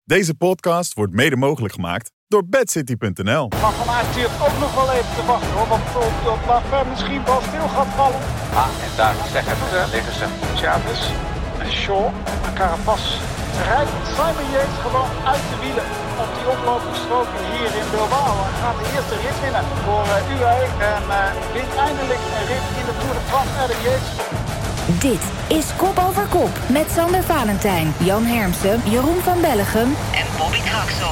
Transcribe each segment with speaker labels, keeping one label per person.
Speaker 1: Deze podcast wordt mede mogelijk gemaakt door bedcity.nl.
Speaker 2: Maar Van Aert duurt ook nog wel even te wachten hoor. Want op Lafay misschien wel stil gaat vallen. En daar liggen ze. Chaves en Shaw en Carapaz. Rijdt Simon Yates gewoon uit de wielen op die oplopingsstroken hier in Bilbao. En gaat de eerste rit winnen voor UAE. En wint eindelijk een rit in de Tour de France. Adam Yates.
Speaker 3: Dit is Kop Over Kop met Sander Valentijn, Jan Hermsen, Jeroen van Bellegem en Bobby Traxel.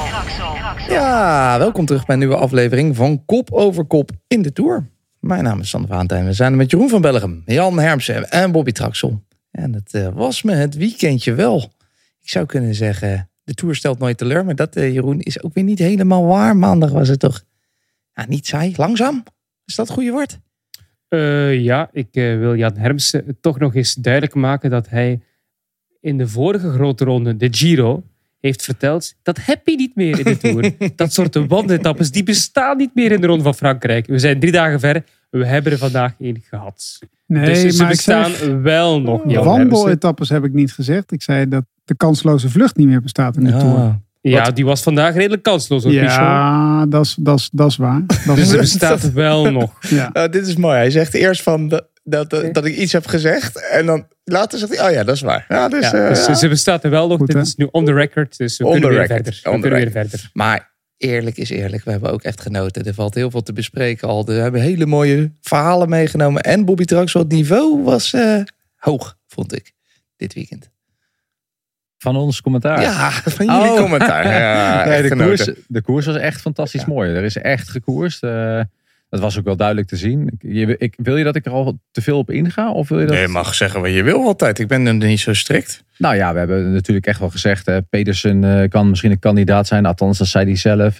Speaker 4: Ja, welkom terug bij een nieuwe aflevering van Kop Over Kop in de Tour. Mijn naam is Sander Valentijn. We zijn er met Jeroen van Bellegem, Jan Hermsen en Bobby Traxel. En het was me het weekendje wel. Ik zou kunnen zeggen, de Tour stelt nooit teleur. Maar dat, Jeroen, is ook weer niet helemaal waar. Maandag was het toch niet saai, langzaam? Is dat het goede woord?
Speaker 5: Ja, ik wil Jan Hermsen toch nog eens duidelijk maken dat hij in de vorige grote ronde, de Giro, heeft verteld, dat heb je niet meer in de Tour. Dat soort wandetappes, die bestaan niet meer in de Ronde van Frankrijk. We zijn 3 dagen ver, we hebben er vandaag 1 gehad.
Speaker 6: Nee,
Speaker 5: dus ze
Speaker 6: maar
Speaker 5: bestaan wel nog, Jan
Speaker 6: wandeletappes heb ik niet gezegd. Ik zei dat de kansloze vlucht niet meer bestaat in de Tour.
Speaker 5: Ja, die was vandaag redelijk kansloos.
Speaker 6: Ja, dat is waar.
Speaker 5: Dus er bestaat wel nog.
Speaker 4: Ja. Dit is mooi. Hij zegt eerst van dat ik iets heb gezegd. En dan later zegt hij, oh ja, dat is waar. Ja, dus
Speaker 5: ze bestaat er wel nog. Goed, dit is nu on the record. Dus we kunnen weer verder.
Speaker 4: Maar eerlijk is eerlijk. We hebben ook echt genoten. Er valt heel veel te bespreken al. We hebben hele mooie verhalen meegenomen. En Bobby Traxel, het niveau was hoog, vond ik, dit weekend.
Speaker 7: Van ons commentaar?
Speaker 4: Ja, van jullie commentaar. Ja,
Speaker 7: nee, de koers was echt fantastisch mooi. Er is echt gekoerst. Dat was ook wel duidelijk te zien. Wil je dat ik er al te veel op inga? Of wil je dat...
Speaker 4: Nee, je mag zeggen wat je wil altijd. Ik ben er niet zo strikt.
Speaker 7: Nou ja, we hebben natuurlijk echt wel gezegd. Pedersen kan misschien een kandidaat zijn. Althans, dat zei hij zelf.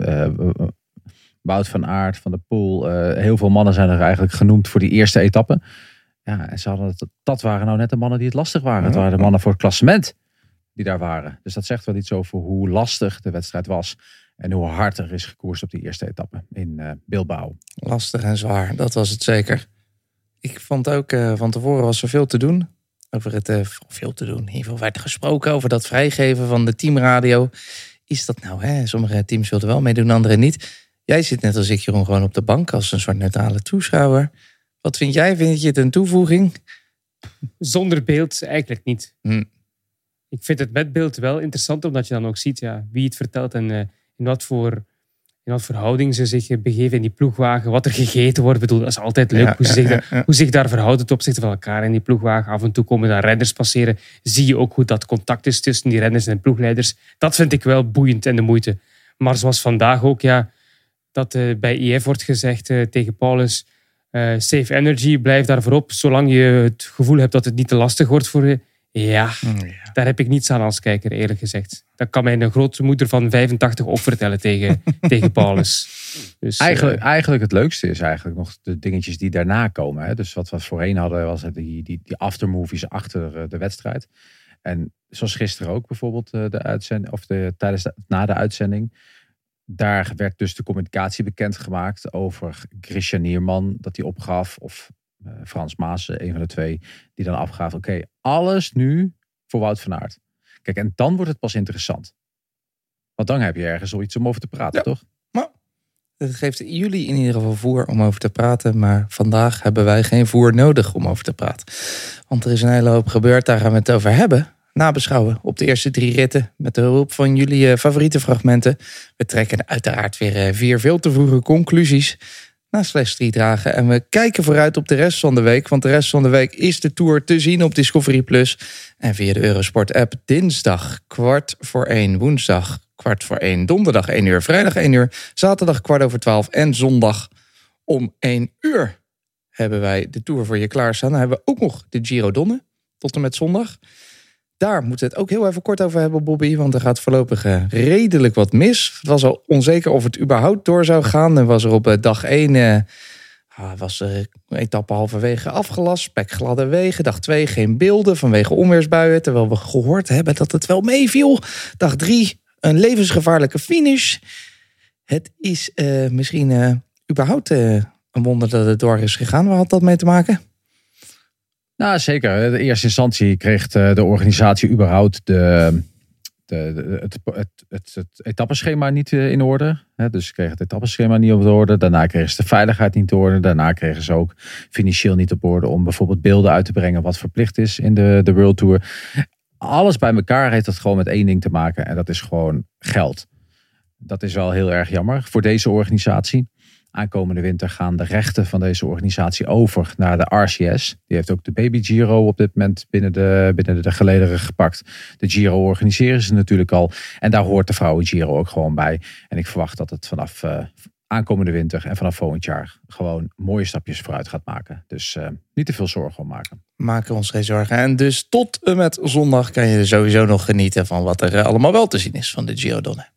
Speaker 7: Wout van Aert, Van der Poel. Heel veel mannen zijn er eigenlijk genoemd voor die eerste etappe. Ja, en ze hadden dat waren nou net de mannen die het lastig waren. Het waren de mannen voor het klassement die daar waren. Dus dat zegt wel iets over hoe lastig de wedstrijd was. En hoe hard er is gekoerst op die eerste etappe in Bilbao.
Speaker 4: Lastig en zwaar, dat was het zeker. Ik vond ook, van tevoren was er veel te doen. Over het veel te doen. In ieder geval werd gesproken over dat vrijgeven van de teamradio. Is dat nou, hè? Sommige teams wilden wel meedoen, andere niet. Jij zit net als ik, Jeroen, gewoon op de bank als een soort neutrale toeschouwer. Wat vind jij? Vind je het een toevoeging?
Speaker 5: Zonder beeld eigenlijk niet. Ik vind het met beeld wel interessant, omdat je dan ook ziet wie het vertelt en in wat voor houding ze zich begeven in die ploegwagen. Wat er gegeten wordt. Ik bedoel, dat is altijd leuk hoe zich daar verhouden ten opzichte van elkaar in die ploegwagen. Af en toe komen daar renners passeren. Zie je ook hoe dat contact is tussen die renners en ploegleiders. Dat vind ik wel boeiend en de moeite. Maar zoals vandaag ook, dat bij IF wordt gezegd tegen Paulus, save energy, blijf daar voorop. Zolang je het gevoel hebt dat het niet te lastig wordt voor je. Ja, daar heb ik niets aan als kijker, eerlijk gezegd. Dat kan mij een grootmoeder van 85 ook vertellen tegen Paulus. Dus,
Speaker 7: eigenlijk het leukste is eigenlijk nog de dingetjes die daarna komen. Hè? Dus wat we voorheen hadden, was die aftermovies achter de wedstrijd. En zoals gisteren ook bijvoorbeeld de uitzending, of na de uitzending. Daar werd dus de communicatie bekendgemaakt over Christian Nierman, dat hij opgaf, of Frans Maas, een van de twee, die dan afgaat. Oké, alles nu voor Wout van Aert. Kijk, en dan wordt het pas interessant. Want dan heb je ergens zoiets om over te praten, toch?
Speaker 4: Maar het geeft jullie in ieder geval voer om over te praten. Maar vandaag hebben wij geen voer nodig om over te praten. Want er is een hele hoop gebeurd, daar gaan we het over hebben. Nabeschouwen op de eerste 3 ritten met de hulp van jullie favoriete fragmenten. We trekken uiteraard weer 4 veel te vroege conclusies na slechts 3 dagen. En we kijken vooruit op de rest van de week. Want de rest van de week is de Tour te zien op Discovery Plus. En via de Eurosport app dinsdag 1:15. Woensdag 1:15. Donderdag 1 uur. Vrijdag 1 uur. Zaterdag 12:15. En zondag om 1 uur hebben wij de Tour voor je klaarstaan. Dan hebben we ook nog de Giro Donne tot en met zondag. Daar moeten we het ook heel even kort over hebben, Bobby. Want er gaat voorlopig redelijk wat mis. Het was al onzeker of het überhaupt door zou gaan. Er was er op dag 1 was er een etappe halverwege afgelast. Spekgladde wegen. Dag 2 geen beelden vanwege onweersbuien. Terwijl we gehoord hebben dat het wel meeviel. Dag 3 een levensgevaarlijke finish. Het is misschien überhaupt een wonder dat het door is gegaan. Waar had dat mee te maken?
Speaker 7: Nou, zeker. In eerste instantie kreeg de organisatie überhaupt de het etappeschema niet in orde. Dus ze kregen het etappeschema niet op orde. Daarna kregen ze de veiligheid niet op orde. Daarna kregen ze ook financieel niet op orde om bijvoorbeeld beelden uit te brengen wat verplicht is in de World Tour. Alles bij elkaar heeft dat gewoon met één ding te maken. En dat is gewoon geld. Dat is wel heel erg jammer voor deze organisatie. Aankomende winter gaan de rechten van deze organisatie over naar de RCS. Die heeft ook de Baby Giro op dit moment binnen de gelederen gepakt. De Giro organiseren ze natuurlijk al. En daar hoort de Vrouwen Giro ook gewoon bij. En ik verwacht dat het vanaf aankomende winter en vanaf volgend jaar gewoon mooie stapjes vooruit gaat maken. Dus niet te veel zorgen om maken.
Speaker 4: Maken we ons geen zorgen. En dus tot en met zondag kan je sowieso nog genieten van wat er allemaal wel te zien is van de Giro Donne.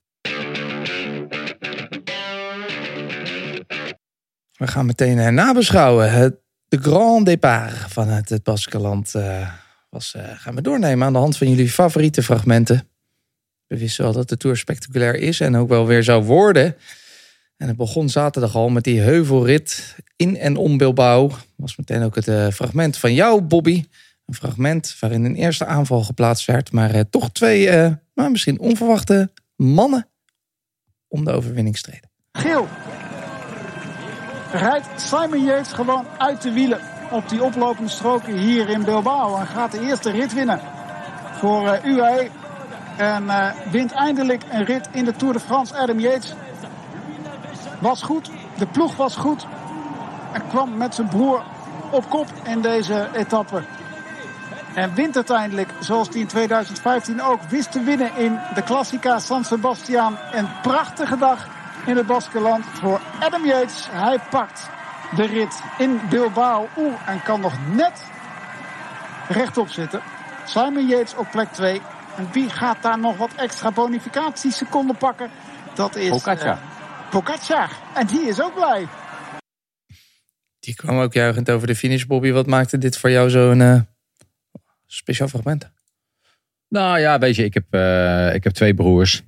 Speaker 4: We gaan meteen nabeschouwen. De Grand Départ van het Baskenland gaan we doornemen aan de hand van jullie favoriete fragmenten. We wisten wel dat de Tour spectaculair is en ook wel weer zou worden. En het begon zaterdag al met die heuvelrit in en om Bilbao. Was meteen ook het fragment van jou, Bobby. Een fragment waarin een eerste aanval geplaatst werd. Maar toch twee misschien onverwachte mannen om de overwinning streden.
Speaker 2: Geel. Rijdt Simon Yates gewoon uit de wielen op die oplopende stroken hier in Bilbao. En gaat de eerste rit winnen voor UAE. En wint eindelijk een rit in de Tour de France. Adam Yates was goed. De ploeg was goed. En kwam met zijn broer op kop in deze etappe. En wint uiteindelijk, zoals hij in 2015 ook wist te winnen in de Classica San Sebastian. Een prachtige dag in het Baskenland voor Adam Yates. Hij pakt de rit in Bilbao. En kan nog net rechtop zitten. Simon Yates op plek 2. En wie gaat daar nog wat extra bonificatieseconden pakken? Dat is Pogačar. En die is ook blij.
Speaker 4: Die kwam ook juichend over de finish, Bobby. Wat maakte dit voor jou zo'n speciaal fragment?
Speaker 7: Nou ja, weet je, ik heb 2 broers.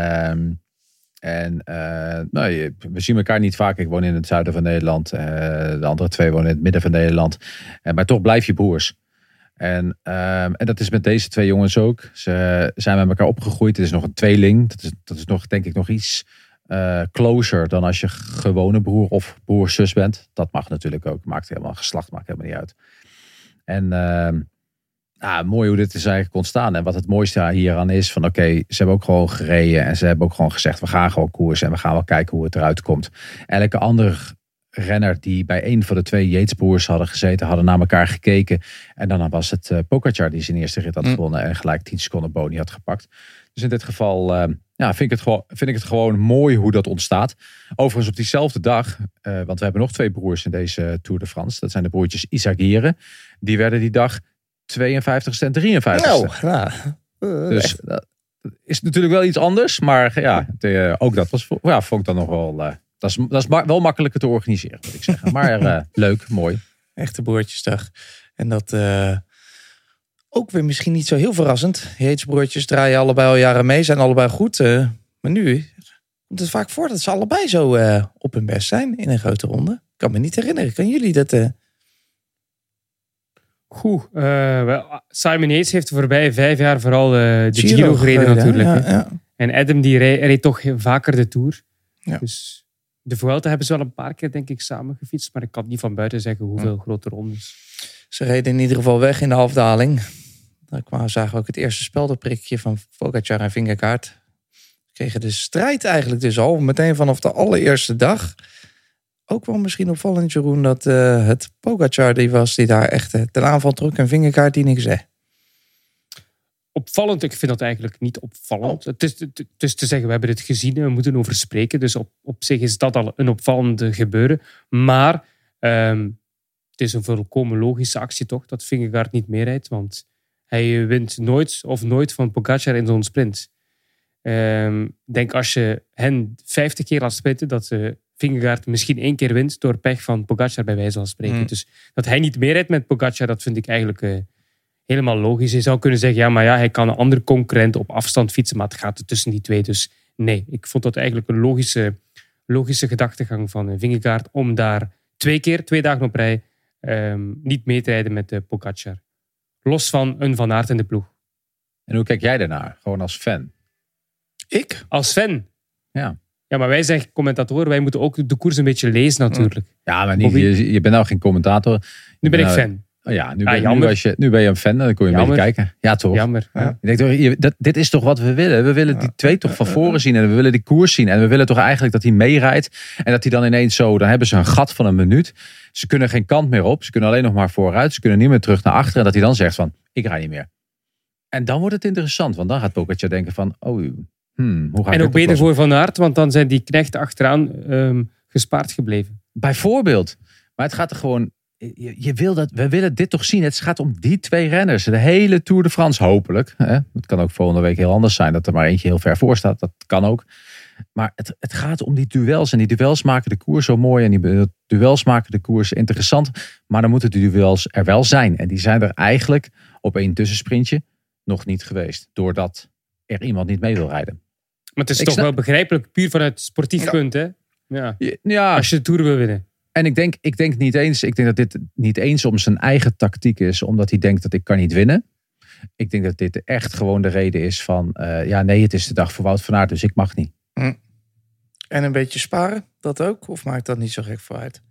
Speaker 7: We zien elkaar niet vaak. Ik woon in het zuiden van Nederland. De andere 2 wonen in het midden van Nederland. Maar toch blijf je broers. En dat is met deze 2 jongens ook. Ze zijn met elkaar opgegroeid. Het is nog een tweeling. Dat is nog, denk ik, nog iets closer dan als je gewone broer of broer-zus bent. Dat mag natuurlijk ook. Geslacht maakt helemaal niet uit. En mooi hoe dit is eigenlijk ontstaan. En wat het mooiste hieraan is van ze hebben ook gewoon gereden. En ze hebben ook gewoon gezegd, we gaan gewoon koersen. En we gaan wel kijken hoe het eruit komt. Elke andere renner die bij een van de 2 Yates-broers hadden gezeten, hadden naar elkaar gekeken. En dan was het Pogačar die zijn eerste rit had gewonnen. En gelijk 10 seconden boni had gepakt. Dus in dit geval vind ik het gewoon mooi hoe dat ontstaat. Overigens op diezelfde dag, want we hebben nog 2 broers in deze Tour de France. Dat zijn de broertjes Izagirre. Die werden die dag 52ste en 53ste. Dus dat is natuurlijk wel iets anders. Maar ook dat vond ik dan nog wel... Dat is wel makkelijker te organiseren, moet ik zeggen. Maar leuk, mooi.
Speaker 4: Echte broertjesdag. En dat ook weer misschien niet zo heel verrassend. Yates-broertjes draaien allebei al jaren mee, zijn allebei goed. Maar nu komt het vaak voor dat ze allebei zo op hun best zijn in een grote ronde. Ik kan me niet herinneren. Kan jullie dat...
Speaker 5: Goed. Simon Yates heeft de voorbije 5 jaar vooral de Giro gereden natuurlijk. Ja. En Adam die reed toch vaker de Tour. Ja. Dus de Vuelta hebben ze wel een paar keer denk ik samen gefietst. Maar ik kan niet van buiten zeggen hoeveel grote rondes.
Speaker 4: Ze reden in ieder geval weg in de afdaling. Daar zagen we ook het eerste speldenprikje van Pogačar en Vingegaard. Kregen de strijd eigenlijk dus al meteen vanaf de allereerste dag. Ook wel misschien opvallend, Jeroen, dat het Pogačar die daar echt ten aanval trok en Vingegaard die niks zei.
Speaker 5: Opvallend, ik vind dat eigenlijk niet opvallend. Het is te zeggen, we hebben dit gezien en we moeten over spreken. Dus op zich is dat al een opvallende gebeuren. Maar het is een volkomen logische actie toch, dat Vingegaard niet meerijdt. Want hij wint nooit van Pogačar in zo'n sprint. Denk als je hen 50 keer laat sprinten, dat Vingegaard misschien 1 keer wint door pech van Pogačar bij wijze van spreken. Dus dat hij niet meerijdt met Pogačar, dat vind ik eigenlijk helemaal logisch. Je zou kunnen zeggen, hij kan een andere concurrent op afstand fietsen, maar het gaat er tussen die 2. Dus nee, ik vond dat eigenlijk een logische gedachtegang van Vingegaard om daar 2 dagen op rij, niet mee te rijden met Pogačar. Los van een Van Aert in de ploeg.
Speaker 7: En hoe kijk jij daarnaar? Gewoon als fan?
Speaker 4: Ik?
Speaker 5: Als fan.
Speaker 7: Ja.
Speaker 5: Ja, maar wij zijn commentatoren. Wij moeten ook de koers een beetje lezen natuurlijk.
Speaker 7: Ja, maar niet, je bent nou geen commentator.
Speaker 5: Nu ben ik fan.
Speaker 7: Ja, nu ben je een fan. Dan kon je een beetje kijken. Ja, toch?
Speaker 5: Jammer. Ja.
Speaker 7: Ik denk toch, dit is toch wat we willen. We willen die twee toch van voren zien. En we willen die koers zien. En we willen toch eigenlijk dat hij meerijdt. En dat hij dan ineens zo... Dan hebben ze een gat van een minuut. Ze kunnen geen kant meer op. Ze kunnen alleen nog maar vooruit. Ze kunnen niet meer terug naar achteren. En dat hij dan zegt van... Ik rijd niet meer. En dan wordt het interessant. Want dan gaat Pogačar denken van... hoe ga ik
Speaker 5: en ook beter voor Van Aert. Want dan zijn die knechten achteraan gespaard gebleven.
Speaker 7: Bijvoorbeeld. Maar het gaat er gewoon... we willen dit toch zien. Het gaat om die twee renners. De hele Tour de France hopelijk. Het kan ook volgende week heel anders zijn. Dat er maar eentje heel ver voor staat. Dat kan ook. Maar het gaat om die duels. En die duels maken de koers zo mooi. En die duels maken de koers interessant. Maar dan moeten die duels er wel zijn. En die zijn er eigenlijk op één tussensprintje nog niet geweest. Doordat er iemand niet mee wil rijden.
Speaker 5: Maar het is toch wel begrijpelijk. Puur vanuit sportief punt. Hè? Ja. Als je de Tour wil winnen.
Speaker 7: En ik denk niet eens. Ik denk dat dit niet eens om zijn eigen tactiek is. Omdat hij denkt dat ik kan niet winnen. Ik denk dat dit echt gewoon de reden is van... het is de dag voor Wout van Aert, dus ik mag niet.
Speaker 4: En een beetje sparen, dat ook? Of maakt dat niet zo gek voor uit?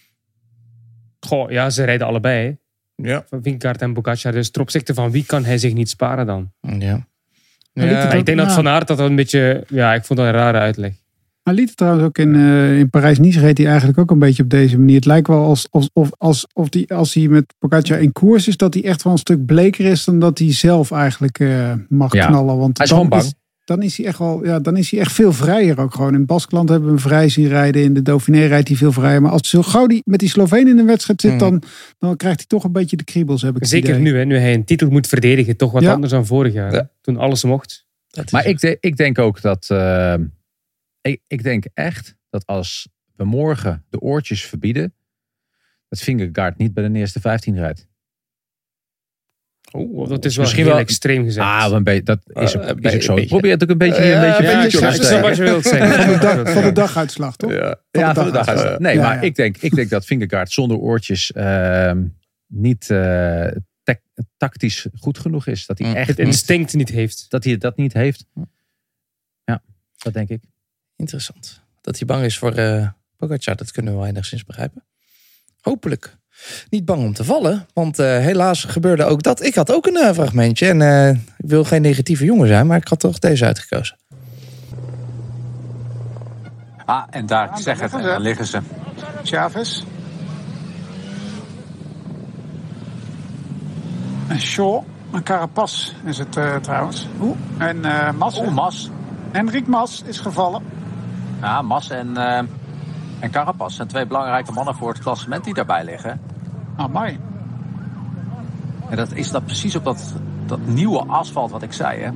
Speaker 5: Goh, ja, ze rijden allebei. Hè?
Speaker 4: Ja.
Speaker 5: Van Vingegaard en Pogačar. Dus ten opzichte van wie kan hij zich niet sparen dan?
Speaker 4: Ja.
Speaker 5: Ik denk dat Van Aert dat een beetje... Ja, ik vond dat een rare uitleg.
Speaker 6: Hij liet het trouwens ook in Parijs-Nice reed hij eigenlijk ook een beetje op deze manier. Het lijkt wel als hij met Pogačar in koers is, dat hij echt wel een stuk bleker is dan dat hij zelf eigenlijk mag knallen. Want
Speaker 7: hij is gewoon bang.
Speaker 6: Dan is hij echt wel, dan is hij echt veel vrijer ook gewoon. In Baskeland hebben we hem vrij zien rijden. In de Dauphiné rijdt hij veel vrijer. Maar als zo gauw die met die Sloveen in de wedstrijd zit, dan krijgt hij toch een beetje de kriebels. Heb ik
Speaker 5: zeker nu, hè, nu hij een titel moet verdedigen, toch wat anders dan vorig jaar. Ja. Toen alles mocht.
Speaker 7: Maar ik denk ook dat... Ik denk echt dat als we morgen de oortjes verbieden, dat Vingegaard niet bij de eerste 15 rijdt.
Speaker 5: Dat is wel misschien heel extreem gezegd.
Speaker 7: Dat is ook zo. Ik probeer het ook een beetje
Speaker 5: wat je wilt zeggen.
Speaker 6: Van de daguitslag, toch?
Speaker 7: Ja, van de daguitslag. Nee, maar ik denk dat Vingegaard zonder oortjes niet tactisch goed genoeg is. Dat hij echt
Speaker 5: het instinct niet heeft.
Speaker 7: Dat hij dat niet heeft. Ja, dat denk ik.
Speaker 4: Interessant. Dat hij bang is voor Pogačar, dat kunnen we wel enigszins begrijpen. Hopelijk. Niet bang om te vallen, want helaas gebeurde ook dat. Ik had ook een fragmentje en ik wil geen negatieve jongen zijn, maar ik had toch deze uitgekozen.
Speaker 2: En daar, zeg het, daar liggen ze. Chaves. En Shaw, een Carapaz is het trouwens. En Mas.
Speaker 8: Mas.
Speaker 2: Enric Mas is gevallen.
Speaker 8: Ja, Mas en Carapaz zijn twee belangrijke mannen voor het klassement die daarbij liggen.
Speaker 2: Amai.
Speaker 8: En dat is dat precies op dat nieuwe asfalt wat ik zei, hè.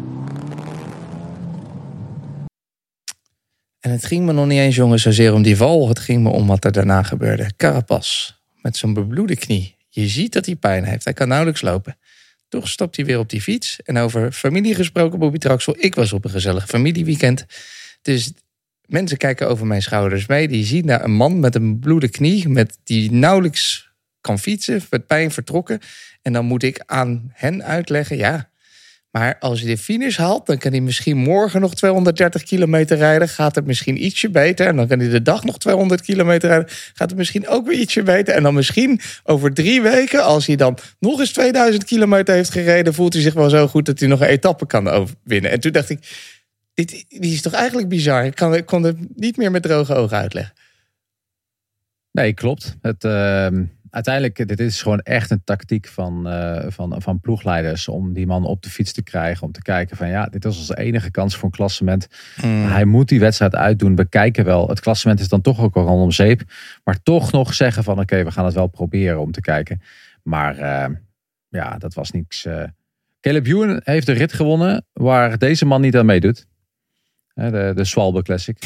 Speaker 4: En het ging me nog niet eens, jongens, zozeer om die val. Het ging me om wat er daarna gebeurde. Carapaz, met zo'n bebloede knie. Je ziet dat hij pijn heeft. Hij kan nauwelijks lopen. Toch stapt hij weer op die fiets. En over familie gesproken, Bobby Traxel. Ik was op een gezellig familieweekend. Dus mensen kijken over mijn schouders mee. Die zien daar een man met een bebloede knie. Die nauwelijks kan fietsen. Met pijn vertrokken. En dan moet ik aan hen uitleggen. Ja, maar als hij de finish haalt, dan kan hij misschien morgen nog 230 kilometer rijden. Gaat het misschien ietsje beter. En dan kan hij de dag nog 200 kilometer rijden. Gaat het misschien ook weer ietsje beter. En dan misschien over 3 weken, als hij dan nog eens 2000 kilometer heeft gereden, voelt hij zich wel zo goed dat hij nog een etappe kan winnen. En toen dacht ik, die is toch eigenlijk bizar. Ik kon het niet meer met droge ogen uitleggen.
Speaker 7: Nee, klopt. Uiteindelijk, dit is gewoon echt een tactiek van ploegleiders om die man op de fiets te krijgen. Om te kijken van dit is onze enige kans voor een klassement. Hij moet die wedstrijd uitdoen. We kijken wel. Het klassement is dan toch ook al om zeep. Maar toch nog zeggen van oké, we gaan het wel proberen om te kijken. Maar dat was niks. Caleb Ewan heeft de rit gewonnen waar deze man niet aan meedoet. De Swalbe Classic.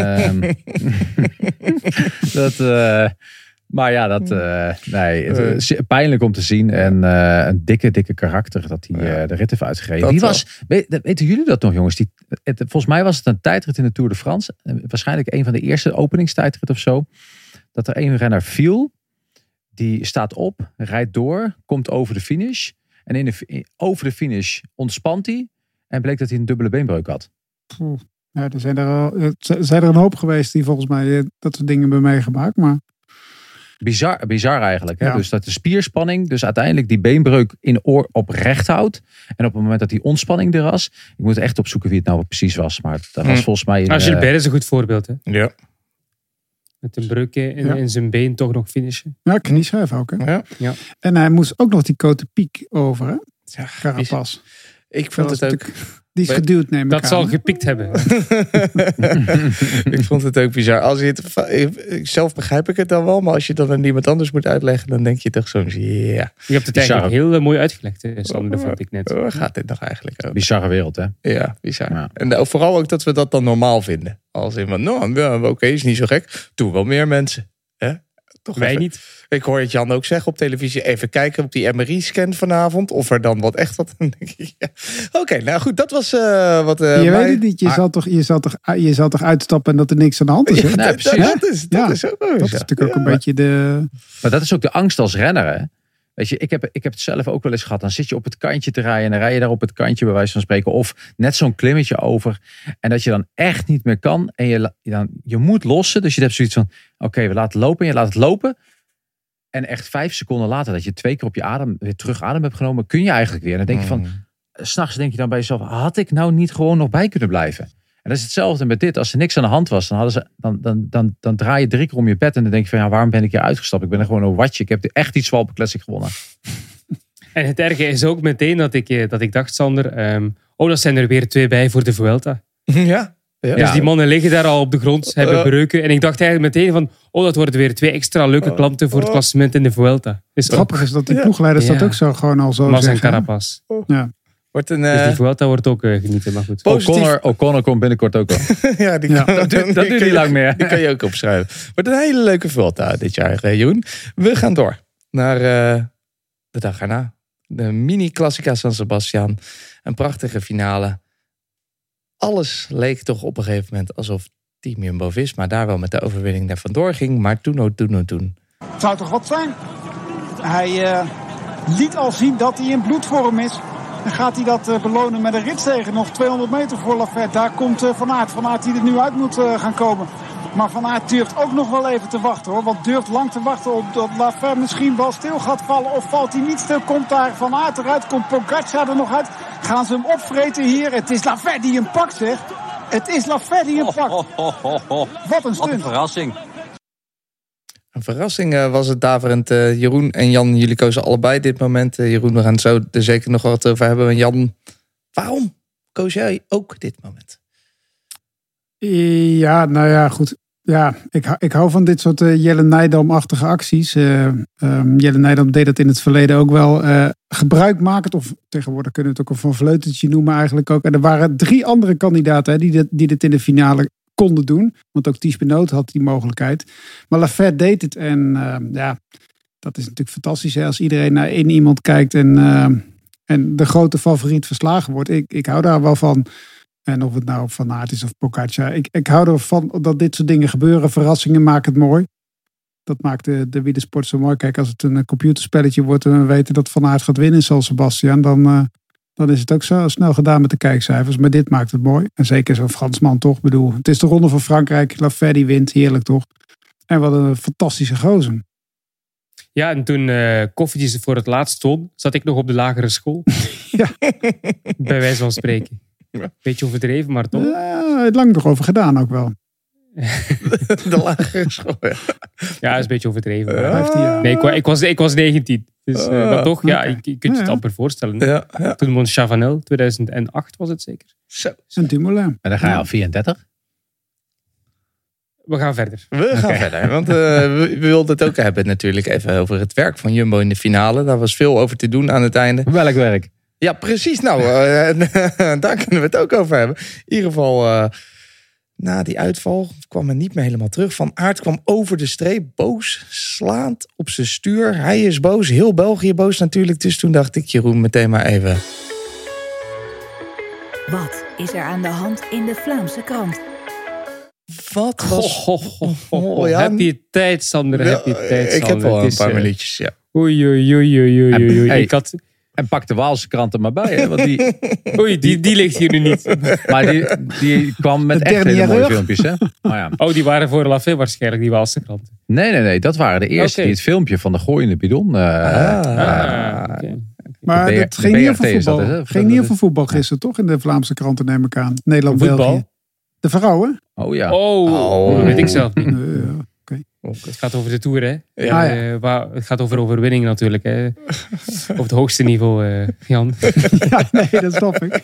Speaker 7: Pijnlijk om te zien. En een dikke karakter dat hij de rit heeft uitgereden. Weten jullie dat nog, jongens? Volgens mij was het een tijdrit in de Tour de France. Waarschijnlijk een van de eerste openingstijdrit of zo. Dat er een renner viel. Die staat op, rijdt door, komt over de finish. En over de finish ontspant hij. En bleek dat hij een dubbele beenbreuk had.
Speaker 6: Ja, er zijn er een hoop geweest die volgens mij dat soort dingen hebben meegemaakt. Maar...
Speaker 7: Bizar eigenlijk. Hè?
Speaker 6: Ja.
Speaker 7: Dus dat de spierspanning dus uiteindelijk die beenbreuk op recht houdt. En op het moment dat die ontspanning er was. Ik moet echt opzoeken wie het nou precies was. Maar dat was volgens mij...
Speaker 5: Gilbert is een goed voorbeeld. Hè?
Speaker 4: Ja.
Speaker 5: Met een breuk in zijn been toch nog finishen.
Speaker 6: Ja, knieschijf ook. Hè?
Speaker 5: Ja.
Speaker 6: En hij moest ook nog die Côte Piek over. Hè?
Speaker 4: Ja,
Speaker 6: Carapaz.
Speaker 4: Ik vond het ook...
Speaker 6: Die is geduwd, neem ik aan.
Speaker 5: Dat zal gepikt hebben.
Speaker 4: Ik vond het ook bizar. Als je het, zelf begrijp ik het dan wel, maar als je dan aan iemand anders moet uitleggen, dan denk je toch soms, ja.
Speaker 5: Je hebt het eigenlijk heel mooi uitgelegd, Sander, dat vond ik net.
Speaker 4: Waar gaat dit nog eigenlijk over?
Speaker 7: Bizarre wereld, hè?
Speaker 4: Ja, bizar.
Speaker 7: Ja.
Speaker 4: En vooral ook dat we dat dan normaal vinden. Als in van, oké, is niet zo gek. Doen wel meer mensen. Hè? Toch
Speaker 5: Wij
Speaker 4: even.
Speaker 5: niet.
Speaker 4: Ik hoor het Jan ook zeggen op televisie. Even kijken op die MRI-scan vanavond. Of er dan wat. Dan denk ik, ja. Oké, nou goed, dat was wat...
Speaker 6: je weet het niet. Je zal toch uitstappen en dat er niks aan de hand is.
Speaker 4: Ja,
Speaker 7: Nee, precies.
Speaker 4: Dat is ook wel
Speaker 6: Dat is
Speaker 4: zo.
Speaker 6: natuurlijk ook een beetje de...
Speaker 7: Maar dat is ook de angst als renner, hè? Weet je, ik heb het zelf ook wel eens gehad. Dan zit je op het kantje te rijden en dan rij je daar op het kantje bij wijze van spreken. Of net zo'n klimmetje over. En dat je dan echt niet meer kan. En je moet lossen. Dus je hebt zoiets van, oké, we laten lopen. En je laat het lopen. En echt 5 seconden later dat je 2 keer op je adem weer terug adem hebt genomen. Kun je eigenlijk weer. En dan denk je van, 's nachts denk je dan bij jezelf. Had ik nou niet gewoon nog bij kunnen blijven? En dat is hetzelfde met dit. Als er niks aan de hand was, dan draai je 3 keer om je bed. En dan denk je van, ja, waarom ben ik hier uitgestapt? Ik ben er gewoon een watje. Ik heb echt die Zwalbe Classic gewonnen.
Speaker 5: En het erge is ook meteen dat ik dacht, Sander, dat zijn er weer 2 bij voor de Vuelta.
Speaker 4: Ja.
Speaker 5: Dus die mannen liggen daar al op de grond, hebben breuken. En ik dacht eigenlijk meteen van, dat worden weer 2 extra leuke klanten voor het klassement in de Vuelta.
Speaker 6: Het grappige is dat die ploegleiders dat ook zo gewoon al zo
Speaker 5: Mas en
Speaker 6: zeggen.
Speaker 5: Carapaz.
Speaker 6: Ja.
Speaker 4: Wordt een,
Speaker 5: dus die Vuelta wordt ook genieten, maar goed.
Speaker 7: O'Connor komt binnenkort ook al.
Speaker 4: Dat
Speaker 7: duurt niet lang meer.
Speaker 4: Die kan je ook opschrijven. Wordt een hele leuke Vuelta dit jaar, Joen. We gaan door naar de dag erna. De mini Classica San Sebastian. Een prachtige finale. Alles leek toch op een gegeven moment alsof Team Jumbo-Visma daar wel met de overwinning naar vandoor ging. Maar toen.
Speaker 2: Het zou toch wat zijn? Hij liet al zien dat hij in bloedvorm is. Dan gaat hij dat belonen met een ritzege. Nog 200 meter voor Lafette. Daar komt Van Aert. Van Aert die er nu uit moet gaan komen. Maar Van Aert durft ook nog wel even te wachten, hoor. Want durft lang te wachten op dat Lafette misschien wel stil gaat vallen. Of valt hij niet stil? Komt daar Van Aert eruit? Komt Pogacar er nog uit? Gaan ze hem opvreten hier? Het is Lafette die hem pakt, zeg. Het is Lafette die hem pakt. Wat een stunt.
Speaker 8: Wat een verrassing.
Speaker 4: Een verrassing was het daverend. Jeroen en Jan, jullie kozen allebei dit moment. Jeroen, we gaan het zo er zeker nog wat over hebben. En Jan, waarom koos jij ook dit moment?
Speaker 6: Ja, nou ja, goed. Ja, ik hou van dit soort Jelle Nijdam-achtige acties. Jelle Nijdam deed dat in het verleden ook wel. Gebruikmakend, of tegenwoordig kunnen we het ook een Van Vleutentje noemen eigenlijk ook. En er waren 3 andere kandidaten die dit in de finale konden doen. Want ook Ties Benoot had die mogelijkheid. Maar Lafette deed het. En dat is natuurlijk fantastisch. Hè? Als iedereen naar 1 iemand kijkt en de grote favoriet verslagen wordt. Ik hou daar wel van. En of het nou Van Aert is of Pogacar. Ik hou ervan dat dit soort dingen gebeuren. Verrassingen maken het mooi. Dat maakt de wielersport zo mooi. Kijk, als het een computerspelletje wordt en we weten dat Van Aert gaat winnen in San Sebastian, dan is het ook zo snel gedaan met de kijkcijfers. Maar dit maakt het mooi. En zeker zo'n Fransman toch. Ik bedoel, het is de Ronde van Frankrijk. Lafette wint, heerlijk toch. En wat een fantastische gozer.
Speaker 5: Ja, en toen koffietjes voor het laatst won, zat ik nog op de lagere school.
Speaker 6: Ja.
Speaker 5: Bij wijze van spreken. Beetje overdreven, maar toch?
Speaker 6: Het lang nog over gedaan ook wel.
Speaker 4: De lagere school, ja.
Speaker 5: Ja, is een beetje overdreven. Maar
Speaker 6: 15 jaar.
Speaker 5: nee, ik was 19. Dus maar toch, ja, je kunt je het amper voorstellen.
Speaker 4: Ja.
Speaker 5: Toen won Chavanel, 2008 was het zeker.
Speaker 4: Zo.
Speaker 6: En Dumoulin.
Speaker 7: En dan ga je al 34.
Speaker 5: We gaan verder.
Speaker 4: We gaan verder, want we wilden het ook hebben natuurlijk even over het werk van Jumbo in de finale. Daar was veel over te doen aan het einde.
Speaker 7: Welk werk?
Speaker 4: Ja, precies. Nou, daar kunnen we het ook over hebben. In ieder geval, na die uitval kwam er niet meer helemaal terug. Van Aert kwam over de streep, boos, slaand op zijn stuur. Hij is boos, heel België boos natuurlijk. Dus toen dacht ik, Jeroen, meteen maar even.
Speaker 3: Wat is er aan de hand in de Vlaamse krant?
Speaker 4: Wat was...
Speaker 5: Ja. Heb je tijd, Sander? Heb je tijd, Sander?
Speaker 4: Ik heb wel een paar minuutjes, ja.
Speaker 5: Oei.
Speaker 7: Hey. En pak de Waalse krant er maar bij. Hè, want
Speaker 5: Oei, die ligt hier nu niet.
Speaker 7: Maar die kwam met echt hele mooie filmpjes. Hè? Maar ja.
Speaker 5: Oh, die waren voor Lafay waarschijnlijk, die Waalse kranten.
Speaker 7: Nee. Dat waren de eerste die het filmpje van de gooiende bidon.
Speaker 5: Okay.
Speaker 6: Maar het ging niet over voetbal. Ging niet over voetbal gisteren, toch? In de Vlaamse kranten neem ik aan. Nederland-België. De vrouwen?
Speaker 7: Oh ja.
Speaker 5: Dat weet ik zelf niet.
Speaker 6: Okay.
Speaker 5: Het gaat over de Tour, hè?
Speaker 6: Ja.
Speaker 5: Het gaat over overwinning natuurlijk, hè? Op het hoogste niveau, Jan.
Speaker 6: Ja, nee, dat snap ik.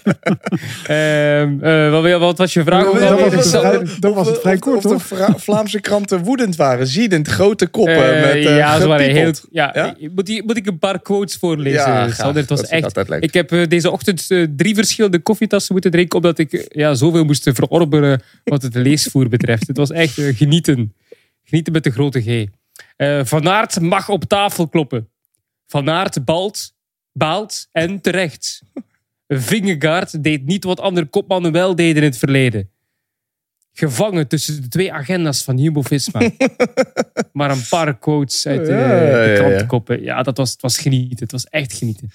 Speaker 5: Wat was je vraag?
Speaker 6: Dat was het vrij kort, toch?
Speaker 4: Of de Vlaamse kranten woedend waren. Ziedend, grote koppen.
Speaker 5: Ze waren heel... Ja? Moet ik een paar quotes voorlezen, Sander? Het was echt... Ik heb deze ochtend 3 verschillende koffietassen moeten drinken, omdat ik zoveel moest verorberen wat het leesvoer betreft. Het was echt genieten. Genieten met de grote G. Van Aert mag op tafel kloppen. Van Aert baalt en terecht. Vingegaard deed niet wat andere kopmannen wel deden in het verleden. Gevangen tussen de 2 agenda's van Jumbo-Visma. Maar een paar quotes uit de krantenkoppen. Ja, het was genieten. Het was echt genieten.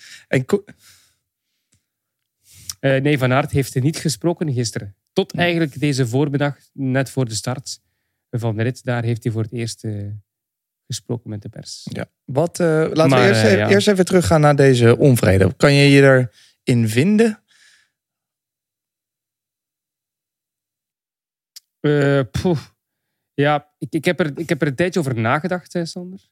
Speaker 5: Nee, Van Aert heeft niet gesproken gisteren. Tot eigenlijk deze voormiddag, net voor de start van de rit. Daar heeft hij voor het eerst gesproken met de pers. Ja.
Speaker 4: Laten we eerst even teruggaan naar deze onvrede. Kan je je erin vinden?
Speaker 5: Ja, ik heb er een tijdje over nagedacht, Sander.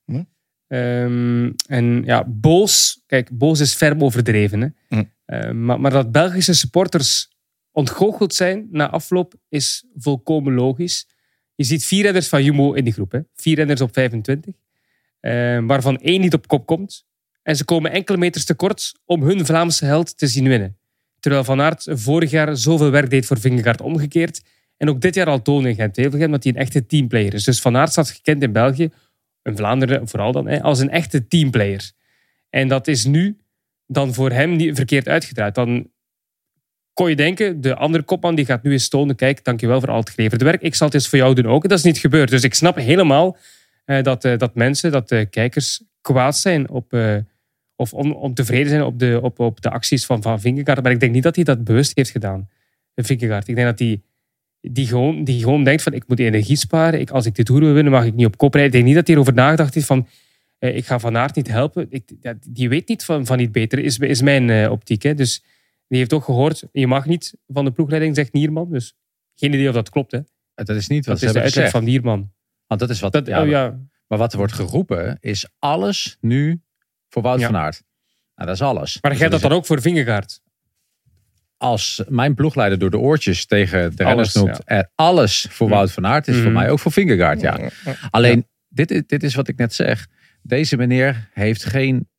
Speaker 5: Boos. Kijk, boos is ferm overdreven. Hè? Maar dat Belgische supporters ontgoocheld zijn na afloop is volkomen logisch. Je ziet 4 renners van Jumbo in die groep. Hè? 4 renners op 25. Waarvan 1 niet op kop komt. En ze komen enkele meters tekort om hun Vlaamse held te zien winnen. Terwijl Van Aert vorig jaar zoveel werk deed voor Vingegaard omgekeerd. En ook dit jaar al toonde in Gent-Wevelgem dat hij een echte teamplayer is. Dus Van Aert staat gekend in België, in Vlaanderen vooral dan, als een echte teamplayer. En dat is nu dan voor hem niet verkeerd uitgedraaid. Dan kon je denken, de andere kopman die gaat nu eens tonen, kijk, dankjewel voor al het geleverde werk. Ik zal het eens voor jou doen ook. En dat is niet gebeurd. Dus ik snap helemaal dat mensen, dat de kijkers kwaad zijn of ontevreden zijn op de acties van Vingegaard. Maar ik denk niet dat hij dat bewust heeft gedaan, Vingegaard. Ik denk dat die gewoon denkt van, ik moet energie sparen. Als ik de Tour wil winnen, mag ik niet op kop rijden. Ik denk niet dat hij erover nagedacht heeft van, ik ga Van Aert niet helpen. Die weet niet van niet beter, is mijn optiek. Hè. Dus die heeft ook gehoord, je mag niet van de ploegleiding, zegt Nierman. Dus geen idee of dat klopt. Hè.
Speaker 7: Dat is niet wat
Speaker 5: dat is de uitleg van Nierman.
Speaker 7: Want dat is wat... Maar wat er wordt geroepen, is alles nu voor Wout van Aert. Nou, dat is alles.
Speaker 5: Maar geldt dat dan ook voor Vingegaard?
Speaker 7: Als mijn ploegleider door de oortjes tegen de renners noemt, alles voor Wout van Aert is voor mij ook voor Vingegaard. Ja. Alleen, dit is wat ik net zeg. Deze meneer heeft geen...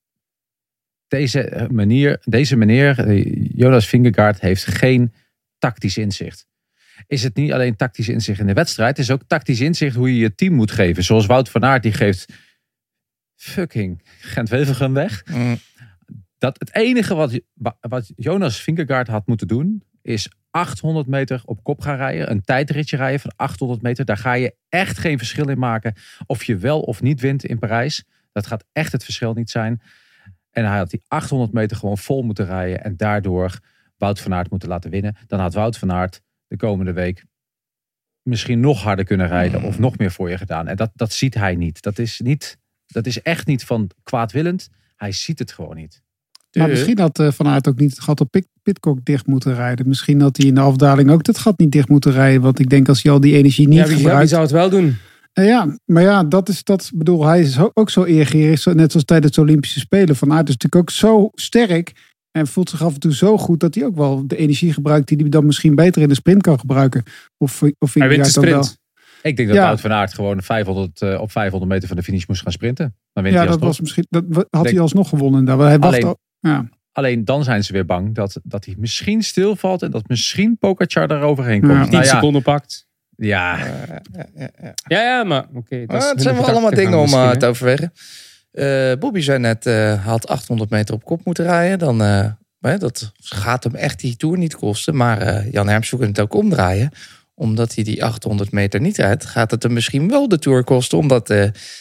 Speaker 7: Deze meneer, Jonas Vingegaard, heeft geen tactisch inzicht. Is het niet alleen tactisch inzicht in de wedstrijd, het is ook tactisch inzicht hoe je je team moet geven. Zoals Wout van Aert, die geeft fucking Gent-Wevelgem weg. Het enige wat Jonas Vingegaard had moeten doen, is 800 meter op kop gaan rijden. Een tijdritje rijden van 800 meter. Daar ga je echt geen verschil in maken of je wel of niet wint in Parijs. Dat gaat echt het verschil niet zijn. En hij had die 800 meter gewoon vol moeten rijden en daardoor Wout van Aert moeten laten winnen. Dan had Wout van Aert de komende week misschien nog harder kunnen rijden of nog meer voor je gedaan. En dat ziet hij niet. Dat is echt niet van kwaadwillend. Hij ziet het gewoon niet.
Speaker 6: Maar misschien had Van Aert ook niet het gat op Pidcock dicht moeten rijden. Misschien had hij in de afdaling ook het gat niet dicht moeten rijden. Want ik denk als hij al die energie niet gebruikt...
Speaker 5: Wie zou het wel doen?
Speaker 6: Bedoel, hij is ook zo eergierig, net zoals tijdens de Olympische Spelen. Van Aert is natuurlijk ook zo sterk en voelt zich af en toe zo goed dat hij ook wel de energie gebruikt die hij dan misschien beter in de sprint kan gebruiken. Of
Speaker 5: hij wint de sprint.
Speaker 6: Wel.
Speaker 7: Ik denk dat Wout van Aert gewoon op 500 meter van de finish moest gaan sprinten. Dan wint hij
Speaker 6: dat had hij alsnog gewonnen.
Speaker 7: Alleen dan zijn ze weer bang dat hij misschien stilvalt en dat misschien Pogačar daaroverheen komt.
Speaker 5: 10 seconden pakt.
Speaker 7: Ja.
Speaker 5: Maar oké.
Speaker 4: Het zijn wel allemaal dingen om te overwegen. Bobby zei net, had 800 meter op kop moeten rijden. Dat gaat hem echt die Tour niet kosten. Maar Jan Hermsen kan het ook omdraaien. Omdat hij die 800 meter niet rijdt, gaat het hem misschien wel de Tour kosten. Omdat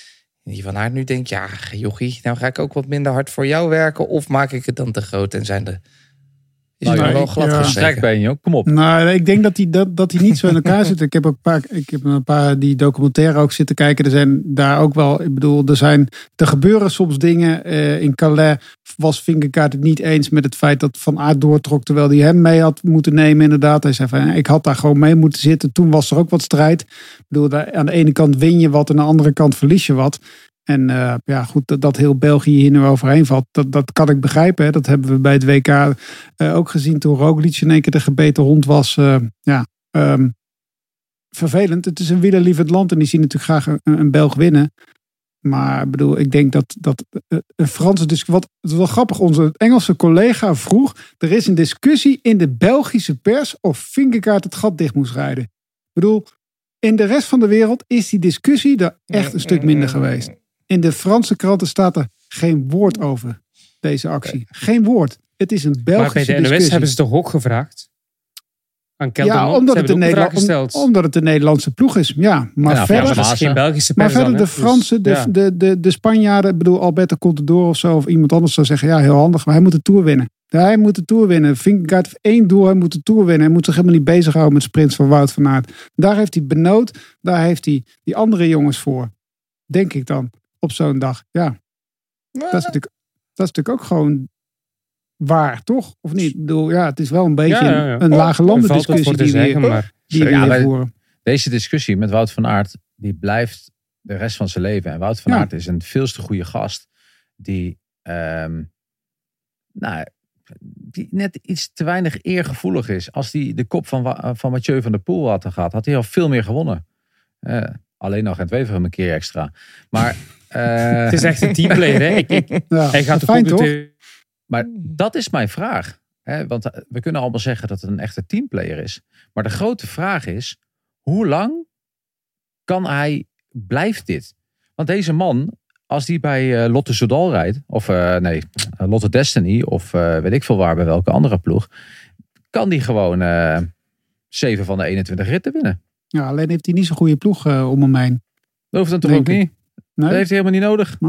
Speaker 4: Die Van Aert nu denkt, ja, jochie, nou ga ik ook wat minder hard voor jou werken. Of maak ik het dan te groot en zijn de... Is het wel glad gezeten?
Speaker 7: Strijkbeen, joh. Kom op.
Speaker 6: Nou, ik denk dat die niet zo in elkaar zitten. Ik heb een paar die documentaire ook zitten kijken. Er zijn daar ook wel, ik bedoel, er gebeuren soms dingen. In Calais was Vingegaard het niet eens met het feit dat Van Aert doortrok, terwijl hij hem mee had moeten nemen, inderdaad. Hij zei van, ik had daar gewoon mee moeten zitten. Toen was er ook wat strijd. Ik bedoel, aan de ene kant win je wat en aan de andere kant verlies je wat. En goed, dat heel België hier nu overheen valt, dat kan ik begrijpen. Hè. Dat hebben we bij het WK ook gezien toen Roglic in één keer de gebeten hond was. Vervelend. Het is een wielerlievend land en die zien natuurlijk graag een Belg winnen. Maar ik bedoel, ik denk dat een Franse discussie... Wat wel grappig, onze Engelse collega vroeg, er is een discussie in de Belgische pers of Vingegaard het gat dicht moest rijden. Ik bedoel, in de rest van de wereld is die discussie er echt een stuk minder geweest. In de Franse kranten staat er geen woord over deze actie. Geen woord. Het is een Belgische discussie. Maar
Speaker 5: bij de NOS hebben ze toch ook gevraagd? Aan Kelderman?
Speaker 6: Ja, omdat het een Nederlandse ploeg is. Ja, maar verder...
Speaker 5: dat is geen Belgische
Speaker 6: pers. Maar verder
Speaker 5: dan,
Speaker 6: de Fransen, de Spanjaarden... Ik bedoel, Alberto Contador of zo, of iemand anders zou zeggen... Ja, heel handig, maar hij moet de Tour winnen. Hij moet de Tour winnen. Vingegaard heeft 1 doel, hij moet de Tour winnen. Hij moet zich helemaal niet bezighouden met sprints van Wout van Aert. Daar heeft hij benood. Daar heeft hij die andere jongens voor. Denk ik dan. Op zo'n dag. Ja. Dat is natuurlijk ook gewoon waar, toch? Of niet? Ik bedoel, het is wel een beetje een lage landen discussie die we voeren.
Speaker 7: Deze discussie met Wout van Aert, die blijft de rest van zijn leven. En Wout van Aert is een veel te goede gast. Die net iets te weinig eergevoelig is. Als hij de kop van Mathieu van der Poel had gehad, had hij al veel meer gewonnen. Alleen nog en Wever een keer extra. Maar
Speaker 5: het is echt een teamplayer, hè? Hij gaat
Speaker 6: fijn, toch?
Speaker 7: Maar dat is mijn vraag. Hè? Want we kunnen allemaal zeggen dat het een echte teamplayer is. Maar de grote vraag is, hoe lang blijft dit? Want deze man, als die bij Lotto Soudal rijdt, of Lotto Destiny, of weet ik veel waar, bij welke andere ploeg, kan die gewoon 7 van de 21 ritten winnen. Ja,
Speaker 6: alleen heeft hij niet zo'n goede ploeg om hem heen.
Speaker 7: Dat hoeft dan toch ook niet? Nee? Dat heeft hij helemaal niet nodig.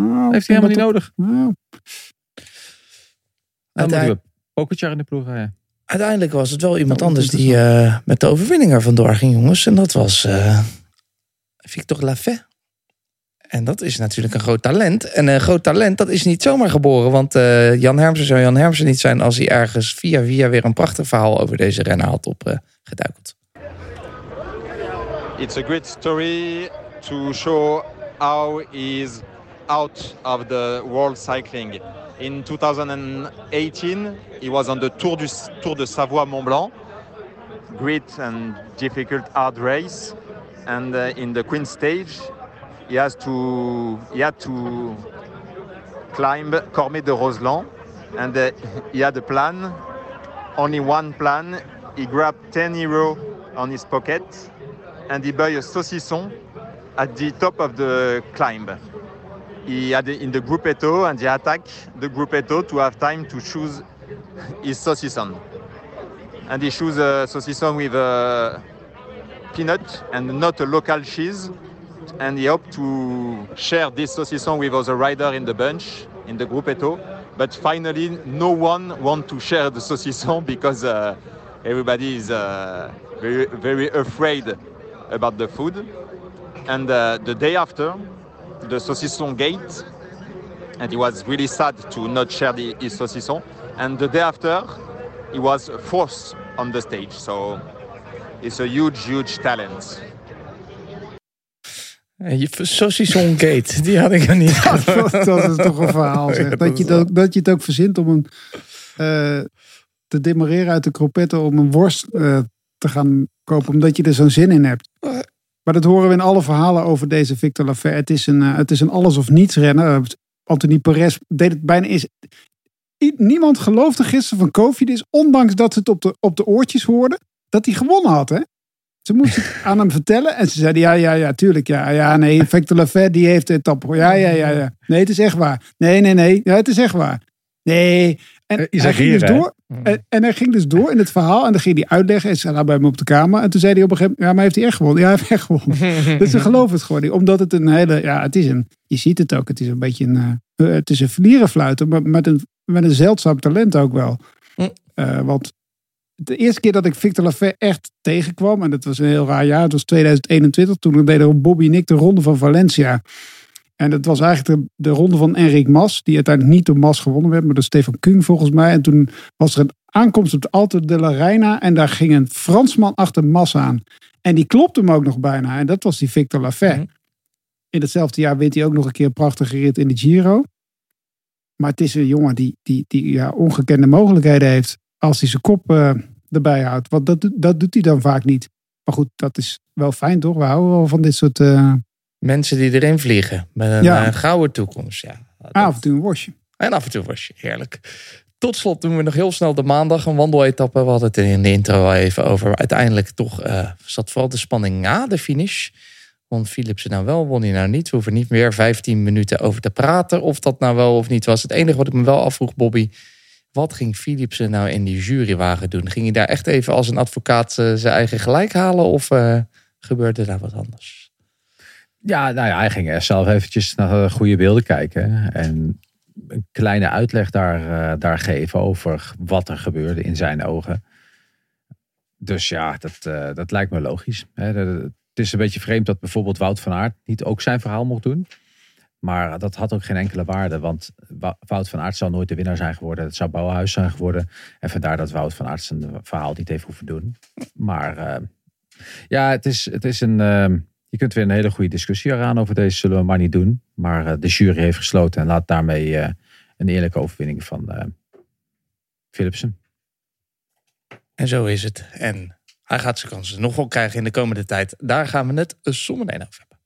Speaker 7: Dan moeten we Pogačar in de ploeg rijden.
Speaker 4: Uiteindelijk was het wel iemand anders die met de overwinning er vandoor ging, jongens. En dat was Victor Lafay. En dat is natuurlijk een groot talent. En een groot talent, dat is niet zomaar geboren. Want Jan Hermsen zou Jan Hermsen niet zijn als hij ergens via weer een prachtig verhaal over deze renner had opgeduikeld.
Speaker 9: It's a great story to show how he is out of the world cycling. In 2018, he was on the Tour de Savoie-Mont-Blanc. Great and difficult hard race. And in the Queen stage, he had to climb Cormet de Roseland. And he had a plan, only one plan. He grabbed €10 on his pocket. And he bought a saucisson at the top of the climb. He had in the gruppetto and he attacked the gruppetto to have time to choose his saucisson. And he chose a saucisson with a peanut and not a local cheese. And he hoped to share this saucisson with other riders in the bunch, in the gruppetto. But finally, no one wants to share the saucisson because everybody is very, very afraid about the food. And the day after, the saucisson gate, and he was really sad to not share his saucisson. And the day after, he was fourth on the stage. So it's a huge talent.
Speaker 4: Saucisson gate, die had ik er niet.
Speaker 6: Dat is toch een verhaal, zeg. Dat je het ook verzint om een te demareren uit de croquette om een worst te gaan kopen, omdat je er zo'n zin in hebt. Maar dat horen we in alle verhalen over deze Victor Lafay. Het is een alles of niets renner. Anthony Perez deed het bijna eens. Niemand geloofde gisteren van Cofidis, ondanks dat ze het op de oortjes hoorden, dat hij gewonnen had. Hè? Ze moesten het aan hem vertellen en ze zeiden ja, tuurlijk. Ja, nee, Victor Lafay die heeft de etappe. Ja. Nee, het is echt waar. Nee. Ja, het is echt waar. Nee, En hij ging dus door. En hij ging dus door in het verhaal. En dan ging hij uitleggen. En ze hadden bij hem op de kamer. En toen zei hij op een gegeven moment... Ja, maar heeft hij echt gewonnen? Ja, hij heeft echt gewonnen. Dus ze geloven het gewoon niet. Omdat het een hele... Ja, het is een... Je ziet het ook. Het is een beetje een... het is een vlierenfluiter. Maar met een zeldzaam talent ook wel. Want de eerste keer dat ik Victor Lafay echt tegenkwam. En dat was een heel raar jaar. Het was 2021. Toen deden Bobby en ik de Ronde van Valencia. En dat was eigenlijk de ronde van Enric Mas. Die uiteindelijk niet door Mas gewonnen werd. Maar door Stefan Kung volgens mij. En toen was er een aankomst op de Alto de la Reina. En daar ging een Fransman achter Mas aan. En die klopte hem ook nog bijna. En dat was die Victor Lafay. In hetzelfde jaar wint hij ook nog een keer een prachtige rit in de Giro. Maar het is een jongen die ongekende mogelijkheden heeft. Als hij zijn kop erbij houdt. Want dat doet hij dan vaak niet. Maar goed, dat is wel fijn toch? We houden wel van dit soort...
Speaker 4: mensen die erin vliegen. Met een gouden toekomst. Ja.
Speaker 6: Af en toe een worstje.
Speaker 4: En af en toe een worstje. Heerlijk. Tot slot doen we nog heel snel de maandag een wandeletappe. We hadden het in de intro al even over. Maar uiteindelijk toch zat vooral de spanning na de finish. Won Philipsen nou wel, won hij nou niet? We hoeven niet meer 15 minuten over te praten. Of dat nou wel of niet was. Het enige wat ik me wel afvroeg, Bobby. Wat ging Philipsen nou in die jurywagen doen? Ging hij daar echt even als een advocaat zijn eigen gelijk halen? Of gebeurde daar wat anders?
Speaker 7: Ja, nou ja, hij ging er zelf eventjes naar goede beelden kijken. En een kleine uitleg daar geven over wat er gebeurde in zijn ogen. Dus ja, dat lijkt me logisch. Het is een beetje vreemd dat bijvoorbeeld Wout van Aert niet ook zijn verhaal mocht doen. Maar dat had ook geen enkele waarde. Want Wout van Aert zou nooit de winnaar zijn geworden. Het zou Bouwhuis zijn geworden. En vandaar dat Wout van Aert zijn verhaal niet heeft hoeven doen. Maar ja, het is een... je kunt weer een hele goede discussie eraan over deze zullen we maar niet doen. Maar de jury heeft gesloten en laat daarmee een eerlijke overwinning van Philipsen.
Speaker 4: En zo is het. En hij gaat zijn kansen nog wel krijgen in de komende tijd. Daar gaan we het zometeen over hebben.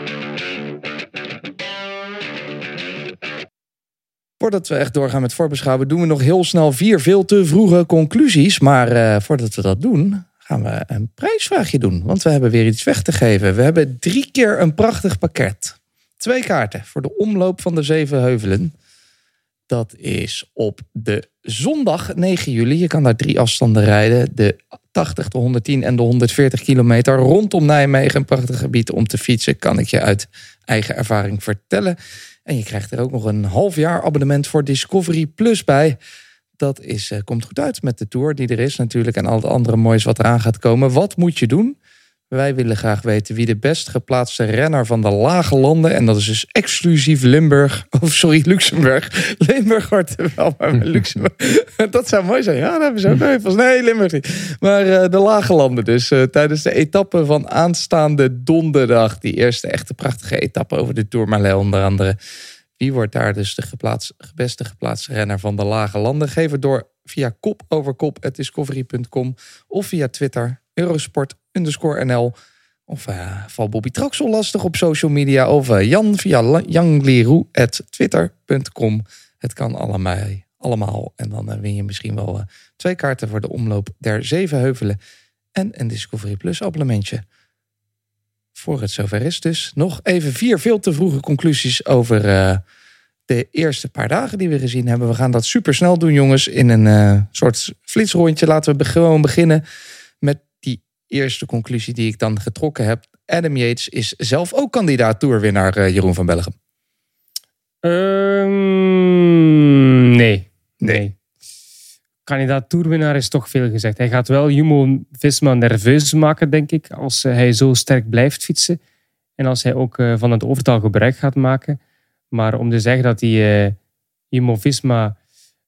Speaker 4: Voordat we echt doorgaan met voorbeschouwen, doen we nog heel snel 4 veel te vroege conclusies. Maar voordat we dat doen, gaan we een prijsvraagje doen. Want we hebben weer iets weg te geven. We hebben 3 keer een prachtig pakket. 2 kaarten voor de omloop van de 7 heuvelen. Dat is op de zondag 9 juli. Je kan daar 3 afstanden rijden. De 80, de 110 en de 140 kilometer rondom Nijmegen. Een prachtig gebied om te fietsen, kan ik je uit eigen ervaring vertellen. En je krijgt er ook nog een half jaar abonnement voor Discovery Plus bij. Dat komt goed uit met de Tour die er is natuurlijk. En al het andere moois wat eraan gaat komen. Wat moet je doen? Wij willen graag weten wie de best geplaatste renner van de lage landen... en dat is dus exclusief Luxemburg. Limburg hoort er wel, maar Luxemburg... Dat zou mooi zijn. Ja, dat hebben ze ook nog even. Nee, Limburg niet. Maar de lage landen dus. Tijdens de etappe van aanstaande donderdag. Die eerste echte prachtige etappe over de Tourmalet onder andere. Wie wordt daar dus de beste geplaatste renner van de lage landen? Geef het door via kopoverkop@discovery.com of via Twitter, Eurosport_NL. Of val Bobby Traxel lastig op social media. Of Jan via jangliroe@twitter.com. Het kan allemaal. En dan win je misschien wel 2 kaarten voor de omloop der 7 heuvelen. En een Discovery Plus abonnementje. Voor het zover is dus nog even 4 veel te vroege conclusies over de eerste paar dagen die we gezien hebben. We gaan dat super snel doen, jongens, in een soort flitsrondje. Laten we gewoon beginnen met die eerste conclusie die ik dan getrokken heb. Adam Yates is zelf ook kandidaat toerwinnaar, Jeroen van Bellegem. Nee.
Speaker 5: Kandidaat toerwinnaar is toch veel gezegd. Hij gaat wel Jumbo-Visma nerveus maken, denk ik, als hij zo sterk blijft fietsen. En als hij ook van het overtal gebruik gaat maken. Maar om te zeggen dat hij Jumbo-Visma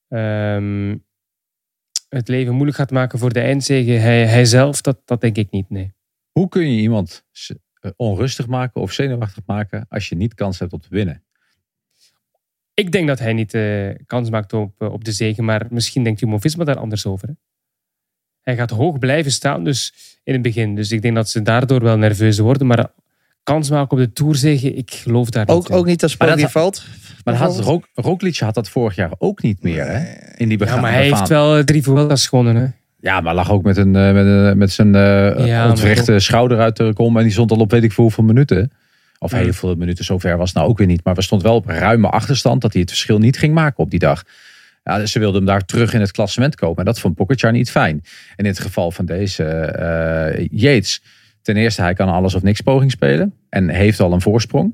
Speaker 5: het leven moeilijk gaat maken voor de eindzege, hij zelf, dat denk ik niet, nee.
Speaker 7: Hoe kun je iemand onrustig maken of zenuwachtig maken als je niet kans hebt op te winnen?
Speaker 5: Ik denk dat hij niet kans maakt op de zege, maar misschien denkt Jumbo-Visma daar anders over. Hè? Hij gaat hoog blijven staan dus in het begin. Dus ik denk dat ze daardoor wel nerveus worden, maar kans maken op de Tourzege, ik geloof daar niet.
Speaker 4: Ook niet als Poggi valt?
Speaker 7: Maar Roglic had dat vorig jaar ook niet meer, hè? In die
Speaker 5: maar hij heeft wel 3 Vueltas gewonnen, hè?
Speaker 7: Ja, maar lag ook met zijn ontwrichte schouder uit de kom en die stond al op weet ik hoeveel minuten. Of heel veel minuten, zover was het nou ook weer niet. Maar we stonden wel op ruime achterstand dat hij het verschil niet ging maken op die dag. Ja, ze wilden hem daar terug in het klassement komen. En dat vond Pogačar niet fijn. En in het geval van deze Yates, ten eerste, hij kan alles of niks poging spelen. En heeft al een voorsprong.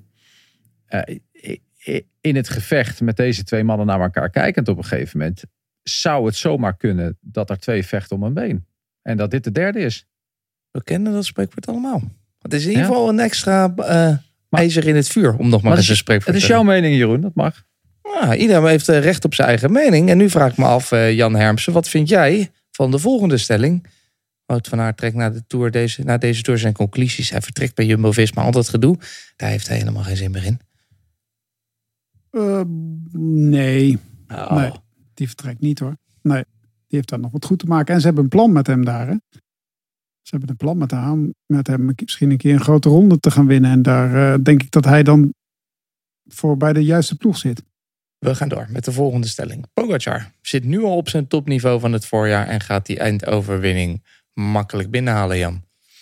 Speaker 7: In het gevecht met deze 2 mannen naar elkaar kijkend op een gegeven moment, zou het zomaar kunnen dat er 2 vechten om een been. En dat dit de derde is.
Speaker 4: We kennen dat spreekwoord allemaal. Het is in ieder geval een extra ijzer in het vuur, om nog maar eens een spreekwoord te
Speaker 7: Het is jouw mening, Jeroen, dat mag.
Speaker 4: Iedereen heeft recht op zijn eigen mening. En nu vraag ik me af, Jan Hermsen, wat vind jij van de volgende stelling? Wout van Aert trekt na deze tour zijn conclusies. Hij vertrekt bij Jumbo-Visma, al dat gedoe. Daar heeft hij helemaal geen zin meer in.
Speaker 6: Nee, die vertrekt niet hoor. Nee, die heeft daar nog wat goed te maken. En ze hebben een plan met hem daar. Hè? Ze hebben een plan met hem misschien een keer een grote ronde te gaan winnen. En daar denk ik dat hij dan voor bij de juiste ploeg zit.
Speaker 4: We gaan door met de volgende stelling. Pogačar zit nu al op zijn topniveau van het voorjaar en gaat die eindoverwinning makkelijk binnenhalen, Jan.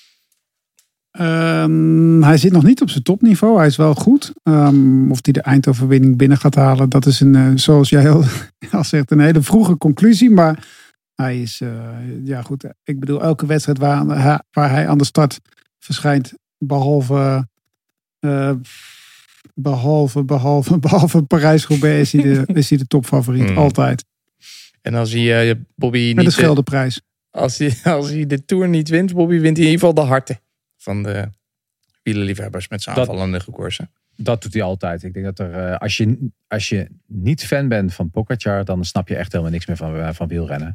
Speaker 6: Hij zit nog niet op zijn topniveau. Hij is wel goed. Of hij de eindoverwinning binnen gaat halen, dat is zoals jij al zegt, een hele vroege conclusie. Maar hij is, goed. Ik bedoel, elke wedstrijd waar hij aan de start verschijnt, behalve Parijs-Roubaix is hij de topfavoriet. Altijd.
Speaker 4: En als hij Bobby
Speaker 6: met de Scheldeprijs.
Speaker 4: Als hij de Tour niet wint, Bobby wint hij in ieder geval de harten van de wielerliefhebbers met zijn aanvallende koersen. Dat
Speaker 7: doet hij altijd. Ik denk dat er, als je niet fan bent van Pogačar, dan snap je echt helemaal niks meer van wielrennen.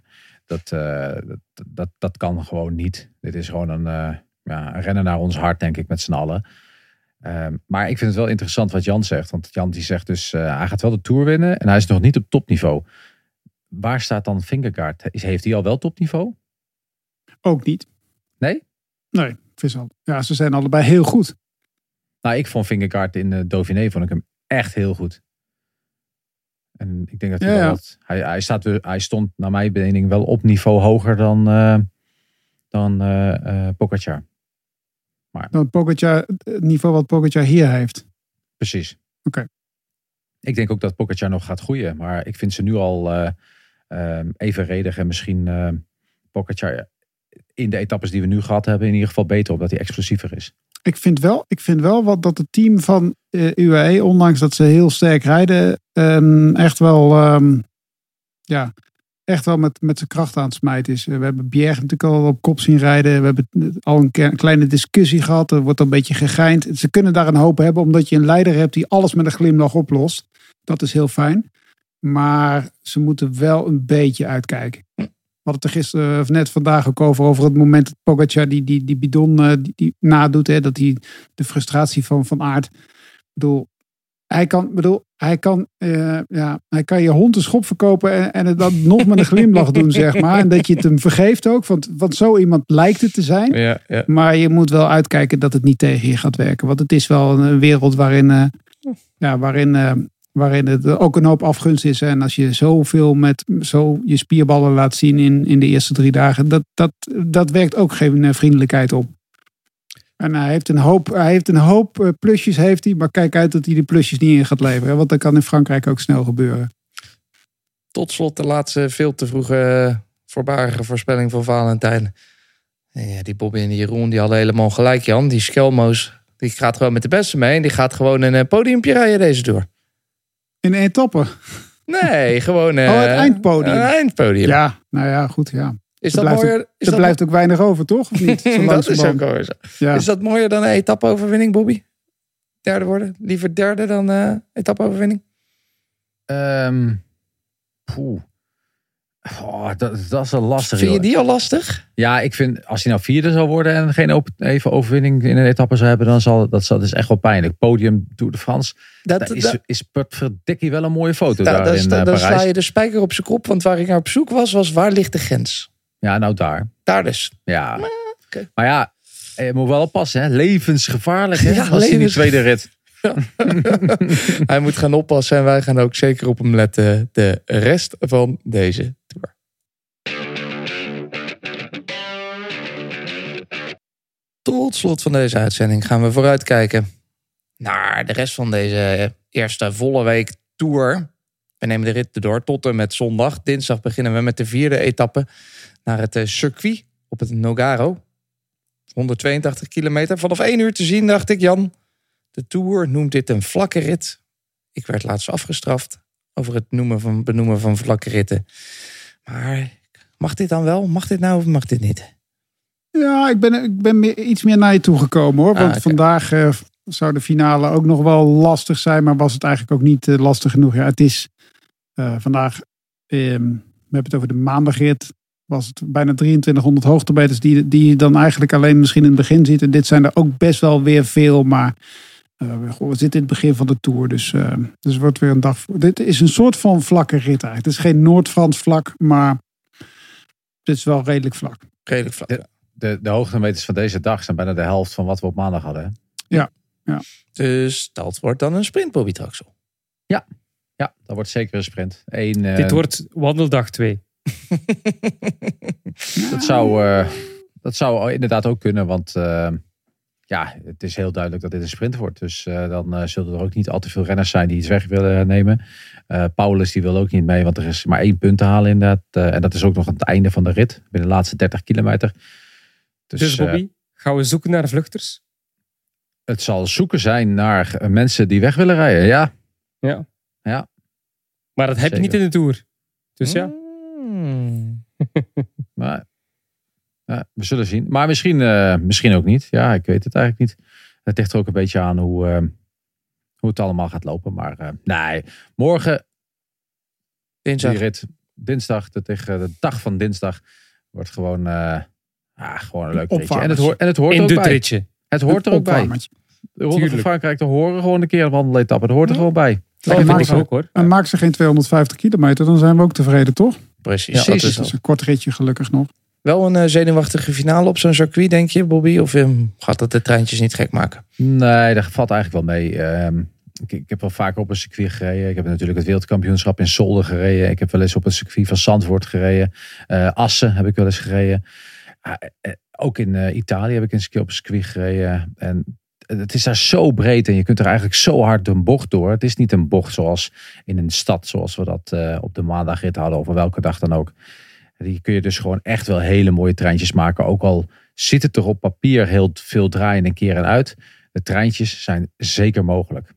Speaker 7: Dat kan gewoon niet. Dit is gewoon een rennen naar ons hart, denk ik, met z'n allen. Maar ik vind het wel interessant wat Jan zegt. Want Jan die zegt dus, hij gaat wel de Tour winnen en hij is nog niet op topniveau. Waar staat dan Vingegaard? Heeft hij al wel topniveau?
Speaker 6: Ook niet.
Speaker 7: Nee?
Speaker 6: Nee, ze zijn allebei heel goed.
Speaker 7: Nou, ik vond Vingegaard in Dauphiné vond ik hem echt heel goed. En ik denk dat hij stond naar mijn mening wel op niveau hoger dan Pogačar. Maar
Speaker 6: het niveau wat Pogačar hier heeft.
Speaker 7: Precies.
Speaker 6: Oké.
Speaker 7: Ik denk ook dat Pogačar nog gaat groeien. Maar ik vind ze nu al evenredig. En misschien Pogačar in de etappes die we nu gehad hebben in ieder geval beter, omdat hij explosiever is.
Speaker 6: Ik vind wel dat het team van UAE, ondanks dat ze heel sterk rijden, echt wel met zijn kracht aan het smijten is. We hebben Bjerg natuurlijk al op kop zien rijden. We hebben al een kleine discussie gehad. Er wordt een beetje gegeind. Ze kunnen daar een hoop hebben, omdat je een leider hebt die alles met een glimlach oplost. Dat is heel fijn. Maar ze moeten wel een beetje uitkijken. We hadden het er gisteren of net vandaag ook over het moment dat Pogačar die bidon die nadoet. Hè, dat hij de frustratie van Aert. Ik bedoel, hij kan je hond een schop verkopen en het dan nog met een glimlach doen, zeg maar. En dat je het hem vergeeft ook. Want zo iemand lijkt het te zijn. Ja. Maar je moet wel uitkijken dat het niet tegen je gaat werken. Want het is wel een wereld waarin het ook een hoop afgunst is. En als je zoveel met je spierballen laat zien in de eerste 3 dagen, dat werkt ook geen vriendelijkheid op. En hij heeft een hoop plusjes, maar kijk uit dat hij de plusjes niet in gaat leveren. Want dat kan in Frankrijk ook snel gebeuren.
Speaker 4: Tot slot de laatste veel te vroege voorbarige voorspelling van Valentijn. Ja, die Bobby en die Jeroen die hadden helemaal gelijk, Jan. Die Schelmo's, die gaat gewoon met de beste mee. En die gaat gewoon een podiumpje rijden deze Tour.
Speaker 6: In een etappe?
Speaker 4: Nee, gewoon
Speaker 6: het eindpodium.
Speaker 4: Een eindpodium.
Speaker 6: Ja, nou ja, goed, ja.
Speaker 4: Is dat mooier?
Speaker 6: Er blijft ook weinig over, toch? Of niet?
Speaker 4: Dat is ook zo. Ja. Is dat mooier dan een etappe-overwinning, Bobby? Derde worden? Liever derde dan etappe-overwinning?
Speaker 7: Dat is een lastig.
Speaker 4: Vind je die al lastig?
Speaker 7: Ja, ik vind als hij nou 4e zou worden en geen even overwinning in een etappe zou hebben, dan dat is echt wel pijnlijk. Podium Tour de France. Dat is verdikkie wel een mooie foto daar in Parijs.
Speaker 4: Dan sla je de spijker op zijn kop, want waar ik naar op zoek was waar ligt de grens?
Speaker 7: Ja, nou daar.
Speaker 4: Daar dus.
Speaker 7: Ja. Maar ja, je moet wel oppassen, hè? Levensgevaarlijk, hè? Ja, als in die tweede rit.
Speaker 4: Ja. Hij moet gaan oppassen en wij gaan ook zeker op hem letten de rest van deze Tour. Tot slot van deze uitzending gaan we vooruitkijken naar de rest van deze eerste volle week Tour. We nemen de rit door tot en met zondag. Dinsdag beginnen we met de 4e etappe naar het circuit op het Nogaro. 182 kilometer. Vanaf 1 uur te zien, dacht ik, Jan. De Tour noemt dit een vlakke rit. Ik werd laatst afgestraft over het benoemen van vlakke ritten. Maar mag dit dan wel? Mag dit nou of mag dit niet?
Speaker 6: Ja, ik ben iets meer naar je toe gekomen, hoor. Want vandaag zou de finale ook nog wel lastig zijn. Maar was het eigenlijk ook niet lastig genoeg. Ja, het is vandaag, we hebben het over de maandagrit. Was het bijna 2300 hoogtemeters die je dan eigenlijk alleen misschien in het begin ziet. En dit zijn er ook best wel weer veel. Maar we zitten in het begin van de Tour. Dus het wordt weer een dag. Dit is een soort van vlakke rit eigenlijk. Het is geen Noord-Frans vlak, maar het is wel redelijk vlak.
Speaker 4: Redelijk vlak,
Speaker 7: De hoogtemeters van deze dag zijn bijna de helft van wat we op maandag hadden. Hè?
Speaker 6: Ja.
Speaker 4: Dus dat wordt dan een sprint, Bobby Traxel.
Speaker 7: Ja, dat wordt zeker een sprint.
Speaker 5: Dit wordt wandeldag 2.
Speaker 7: Dat zou inderdaad ook kunnen, want het is heel duidelijk dat dit een sprint wordt. Dus dan zullen er ook niet al te veel renners zijn die iets weg willen nemen. Paulus die wil ook niet mee, want er is maar 1 punt te halen inderdaad. En dat is ook nog aan het einde van de rit, binnen de laatste 30 kilometer.
Speaker 5: Dus Bobby, gaan we zoeken naar vluchters?
Speaker 7: Het zal zoeken zijn naar mensen die weg willen rijden, ja.
Speaker 5: Maar dat heb je niet in de Tour. Dus ja.
Speaker 7: Maar we zullen zien. Maar misschien ook niet. Ja, ik weet het eigenlijk niet. Het ligt er ook een beetje aan hoe het allemaal gaat lopen. Maar nee, morgen
Speaker 4: Dinsdag.
Speaker 7: Die rit, dinsdag, de dag van dinsdag, wordt gewoon een leuk ritje. En het hoort
Speaker 5: in
Speaker 7: ook
Speaker 5: dit
Speaker 7: bij.
Speaker 5: ritje.
Speaker 7: Het hoort er ook bij. De Ronde van Frankrijk, te horen gewoon een keer een wandeletappe. Dat hoort er gewoon bij.
Speaker 6: En maak ze geen 250 kilometer, dan zijn we ook tevreden, toch?
Speaker 4: Precies.
Speaker 6: Dat is een kort ritje gelukkig nog.
Speaker 4: Wel een zenuwachtige finale op zo'n circuit, denk je, Bobby? Of gaat dat de treintjes niet gek maken?
Speaker 7: Nee, dat valt eigenlijk wel mee. Ik heb wel vaker op een circuit gereden. Ik heb natuurlijk het wereldkampioenschap in Zolder gereden. Ik heb wel eens op een circuit van Zandvoort gereden. Assen heb ik wel eens gereden. Ook in Italië heb ik eens een keer op een circuit gereden. En het is daar zo breed en je kunt er eigenlijk zo hard een bocht door. Het is niet een bocht zoals in een stad, zoals we dat op de maandagrit hadden of welke dag dan ook. Die kun je dus gewoon echt wel hele mooie treintjes maken. Ook al ziet het er op papier heel veel draaien en keren uit. De treintjes zijn zeker mogelijk.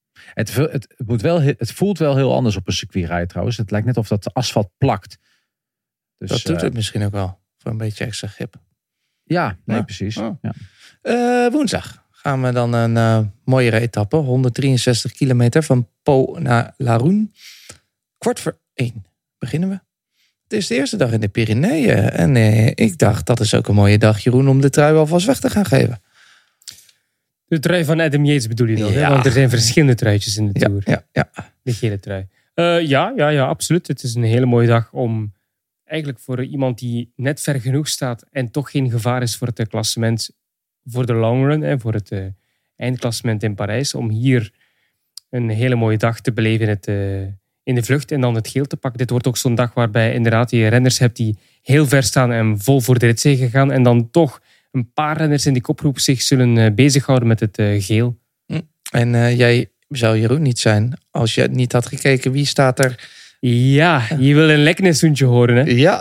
Speaker 7: Het voelt wel heel anders op een circuit rijden trouwens. Het lijkt net of dat asfalt plakt. Dus,
Speaker 4: dat doet het misschien ook wel. Voor een beetje extra grip.
Speaker 7: Ja, precies. Oh.
Speaker 4: Ja. Woensdag gaan we dan een mooiere etappe. 163 kilometer van Pau naar Laroun. 1:45 beginnen we. Het is de eerste dag in de Pyreneeën. En ik dacht, dat is ook een mooie dag, Jeroen, om de trui alvast weg te gaan geven.
Speaker 5: De trui van Adam Yates bedoel je dan? Ja. Want er zijn verschillende truitjes in de Tour.
Speaker 4: Ja.
Speaker 5: De gele trui. Ja, absoluut. Het is een hele mooie dag om eigenlijk voor iemand die net ver genoeg staat en toch geen gevaar is voor het klassement, voor de long run en voor het eindklassement in Parijs, om hier een hele mooie dag te beleven in de vlucht en dan het geel te pakken. Dit wordt ook zo'n dag waarbij inderdaad je renners hebt die heel ver staan en vol voor de ritzege gaan en dan toch een paar renners in die kopgroep zich zullen bezighouden met het geel.
Speaker 4: En jij zou Jeroen niet zijn als je niet had gekeken. Wie staat er?
Speaker 5: Ja, je wil een leknessoentje horen, hè?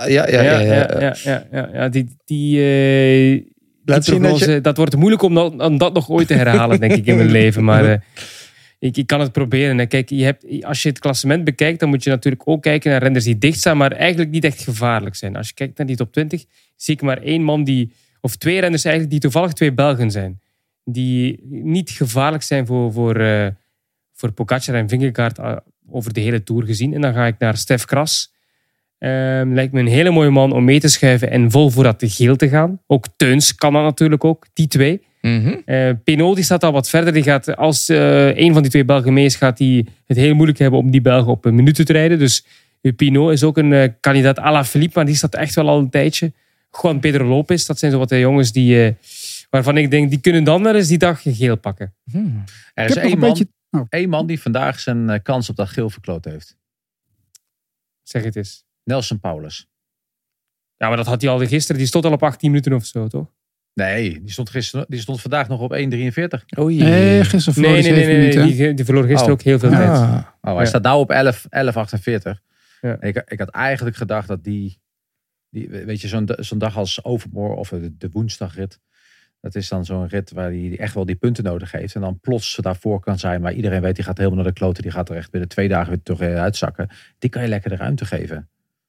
Speaker 4: Ja.
Speaker 5: Die prognose, dat wordt moeilijk om dat nog ooit te herhalen, denk ik, in mijn leven. Maar ik kan het proberen. En kijk, als je het klassement bekijkt, dan moet je natuurlijk ook kijken naar renners die dicht staan, maar eigenlijk niet echt gevaarlijk zijn. Als je kijkt naar die top 20, zie ik maar 1 man of 2 renners eigenlijk, die toevallig 2 Belgen zijn. Die niet gevaarlijk zijn voor Pogacar en Vingegaard over de hele Tour gezien. En dan ga ik naar Stef Kras. Lijkt me een hele mooie man om mee te schuiven en vol voor dat geel te gaan. Ook Teuns kan dat natuurlijk ook, die 2.
Speaker 4: Mm-hmm.
Speaker 5: Pinot die staat al wat verder. Die gaat, als een van die 2 Belgen mee is, gaat hij het heel moeilijk hebben om die Belgen op een minuut te rijden. Dus Pinot is ook een kandidaat à la Philippe, maar die staat echt wel al een tijdje. Juan Pedro Lopez, dat zijn zo wat de jongens waarvan ik denk, die kunnen dan wel eens die dag geel pakken.
Speaker 7: Er is één man die vandaag zijn kans op dat geel verkloot heeft.
Speaker 5: Zeg het eens.
Speaker 7: Nelson Paulus.
Speaker 5: Ja, maar dat had hij al gisteren. Die stond al op 18 minuten of zo, toch?
Speaker 7: Nee, die stond vandaag nog op 1,43.
Speaker 4: Oei.
Speaker 6: Nee, gisteren verloor hij 7 minuten.
Speaker 5: Die verloor gisteren ook heel veel tijd.
Speaker 7: Hij staat nou op 11,48.
Speaker 5: Ja.
Speaker 7: Ik had eigenlijk gedacht dat die weet je, zo'n dag als overmorgen of de woensdagrit. Dat is dan zo'n rit waar hij echt wel die punten nodig heeft. En dan plots daarvoor kan zijn. Maar iedereen weet, die gaat helemaal naar de kloten. Die gaat er echt binnen 2 dagen weer terug uitzakken. Die kan je lekker de ruimte geven.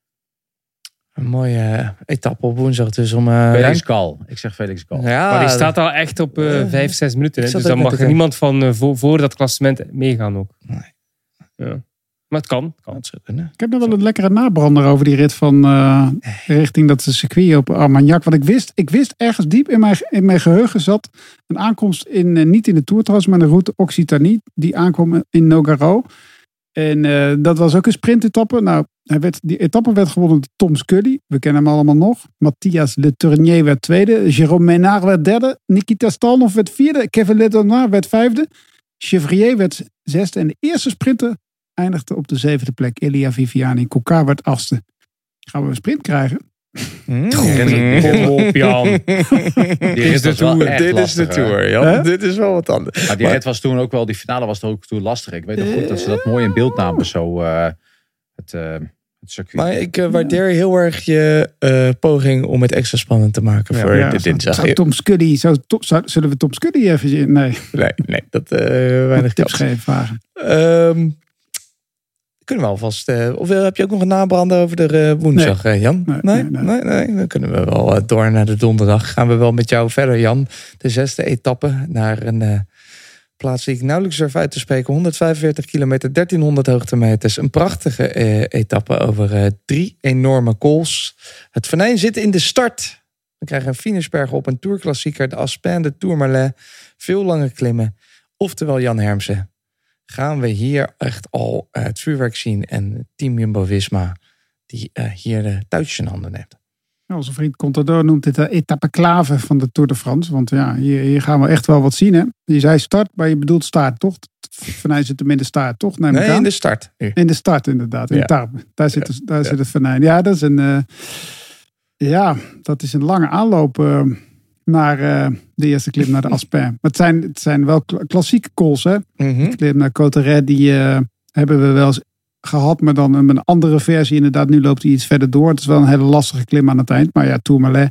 Speaker 4: Een mooie etappe op woensdag. Dus om
Speaker 7: Felix Gal. Ik zeg Felix Gal.
Speaker 4: Ja,
Speaker 5: Maar die staat al echt op 5-6 minuten. Hè? Dus dan mag er niemand van voor dat klassement meegaan ook.
Speaker 4: Nee.
Speaker 5: Ja. Maar het kan.
Speaker 4: Dat zou kunnen.
Speaker 6: Ik heb nog wel een lekkere nabrander over die rit van richting dat circuit op Armagnac. Want ik wist ergens diep in mijn geheugen zat een aankomst niet in de Tour trouwens, maar de route Occitanie. Die aankwam in Nogaro. En dat was ook een sprintetappe. Nou, die etappe werd gewonnen door Tom Scully. We kennen hem allemaal nog. Matthias Le Tournier werd tweede. Jérôme Ménard werd derde. Nikita Stalnov werd vierde. Kevin Lettonar werd vijfde. Chevrier werd zesde. En de eerste sprinter eindigde op de 7e plek. Elia Viviani. Coquard werd 8e. Gaan we een sprint krijgen?
Speaker 5: Kom op, Jan.
Speaker 7: Dit is de Tour.
Speaker 4: Dit is de Tour, Jan. Dit is wel wat anders.
Speaker 7: Maar die rit was toen ook wel, die finale was ook toen lastig. Ik weet nog goed dat ze dat mooi in beeld namen. Zo het circuit.
Speaker 4: Maar ik waardeer heel erg je poging om het extra spannend te maken voor de dinsdag.
Speaker 6: Tom Scully, zullen we Tom Scully even zien? Nee,
Speaker 4: dat weinig
Speaker 6: tips geven vragen.
Speaker 4: Kunnen we alvast. Of heb je ook nog een nabrander over de woensdag, Jan? Nee. Dan kunnen we wel door naar de donderdag. Gaan we wel met jou verder, Jan. De 6e etappe naar een plaats die ik nauwelijks durf uit te spreken. 145 kilometer, 1300 hoogtemeters. Een prachtige etappe over 3 enorme kools. Het venijn zit in de start. We krijgen een finishberg op, een tourklassieker. De Aspin, de Tourmalet. Veel lange klimmen. Oftewel Jan Hermsen. Gaan we hier echt al het vuurwerk zien. En Team Jumbo-Visma die hier de touwtjes in handen neemt.
Speaker 6: Ja, onze vriend Contador noemt dit de etappe clave van de Tour de France. Want ja, hier gaan we echt wel wat zien. Hè? Je zei start, maar je bedoelt staart, toch? Venijn zit hem in de staart, toch?
Speaker 4: Nee, in de start. Nu.
Speaker 6: In de start, inderdaad. In Tarbes. Daar zit het venijn. Ja, dat is een lange aanloop naar de eerste klim naar de Aspin. Maar het zijn wel klassieke calls, hè?
Speaker 4: Mm-hmm.
Speaker 6: De klim naar Cauterets, die hebben we wel eens gehad, maar dan een andere versie. Inderdaad, nu loopt hij iets verder door. Het is wel een hele lastige klim aan het eind. Maar ja, Tourmalet,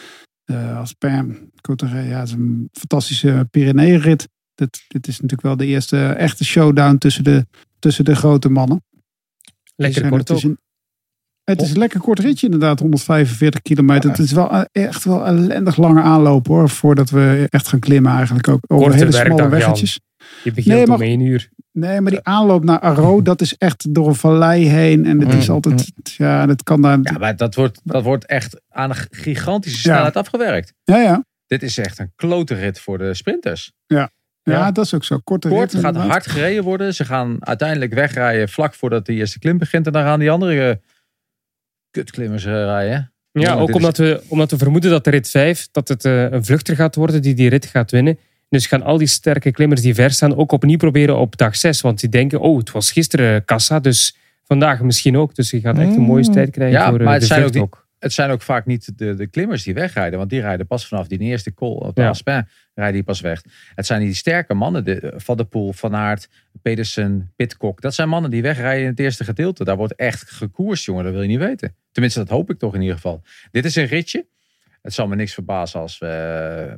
Speaker 6: Aspin, Cauterets, ja, het is een fantastische Pyreneeënrit. Dit is natuurlijk wel de eerste echte showdown tussen de grote mannen.
Speaker 5: Lekker kort ook.
Speaker 6: Het is een lekker kort ritje inderdaad, 145 kilometer. Het is wel echt wel ellendig lange aanloop hoor, voordat we echt gaan klimmen eigenlijk ook. Over
Speaker 5: korte
Speaker 6: hele smalle weggetjes.
Speaker 5: Je begint om 1 uur.
Speaker 6: Nee, maar die aanloop naar Arro, dat is echt door een vallei heen. En het is altijd, dat kan daar...
Speaker 7: Ja, maar dat wordt echt aan een gigantische snelheid afgewerkt.
Speaker 6: Ja.
Speaker 7: Dit is echt een klote rit voor de sprinters.
Speaker 6: Ja, dat is ook zo. Kort
Speaker 7: gaat hard gereden worden. Ze gaan uiteindelijk wegrijden vlak voordat de eerste klim begint. En dan gaan die andere kutklimmers rijden.
Speaker 5: Ja, ook omdat we vermoeden dat de rit 5, dat het een vluchter gaat worden die rit gaat winnen. Dus gaan al die sterke klimmers die ver staan ook opnieuw proberen op dag 6. Want die denken, het was gisteren kassa, dus vandaag misschien ook. Dus je gaat echt een mooie tijd krijgen voor
Speaker 7: maar
Speaker 5: de vlucht ook.
Speaker 7: Het zijn ook vaak niet de klimmers die wegrijden. Want die rijden pas vanaf die eerste call op de Aspin rijden die pas weg. Het zijn die sterke mannen. Van der Poel, Van Aert, Pedersen, Pidcock. Dat zijn mannen die wegrijden in het eerste gedeelte. Daar wordt echt gekoerst, jongen. Dat wil je niet weten. Tenminste, dat hoop ik toch in ieder geval. Dit is een ritje. Het zal me niks verbazen als we...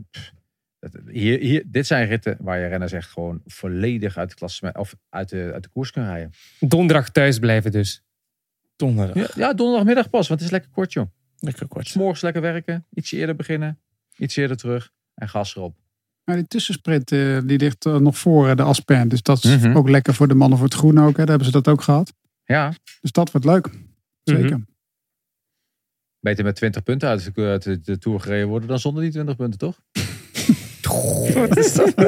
Speaker 7: dit zijn ritten waar je renners echt gewoon volledig uit het klassement of uit de koers kunnen rijden.
Speaker 5: Donderdag thuis blijven dus.
Speaker 4: Donderdag.
Speaker 7: Ja, donderdagmiddag pas, want het is lekker kort, joh.
Speaker 4: Lekker kort.
Speaker 7: 's Morgens lekker werken, ietsje eerder beginnen, iets eerder terug en gas erop.
Speaker 6: Maar die tussensprint die ligt nog voor de Aspin. Dus dat is ook lekker voor de mannen voor het groen ook. Hè. Daar hebben ze dat ook gehad.
Speaker 7: Ja.
Speaker 6: Dus dat wordt leuk. Zeker.
Speaker 7: Beter met 20 punten uit de Tour gereden worden dan zonder die 20 punten, toch?
Speaker 4: Wat is dat?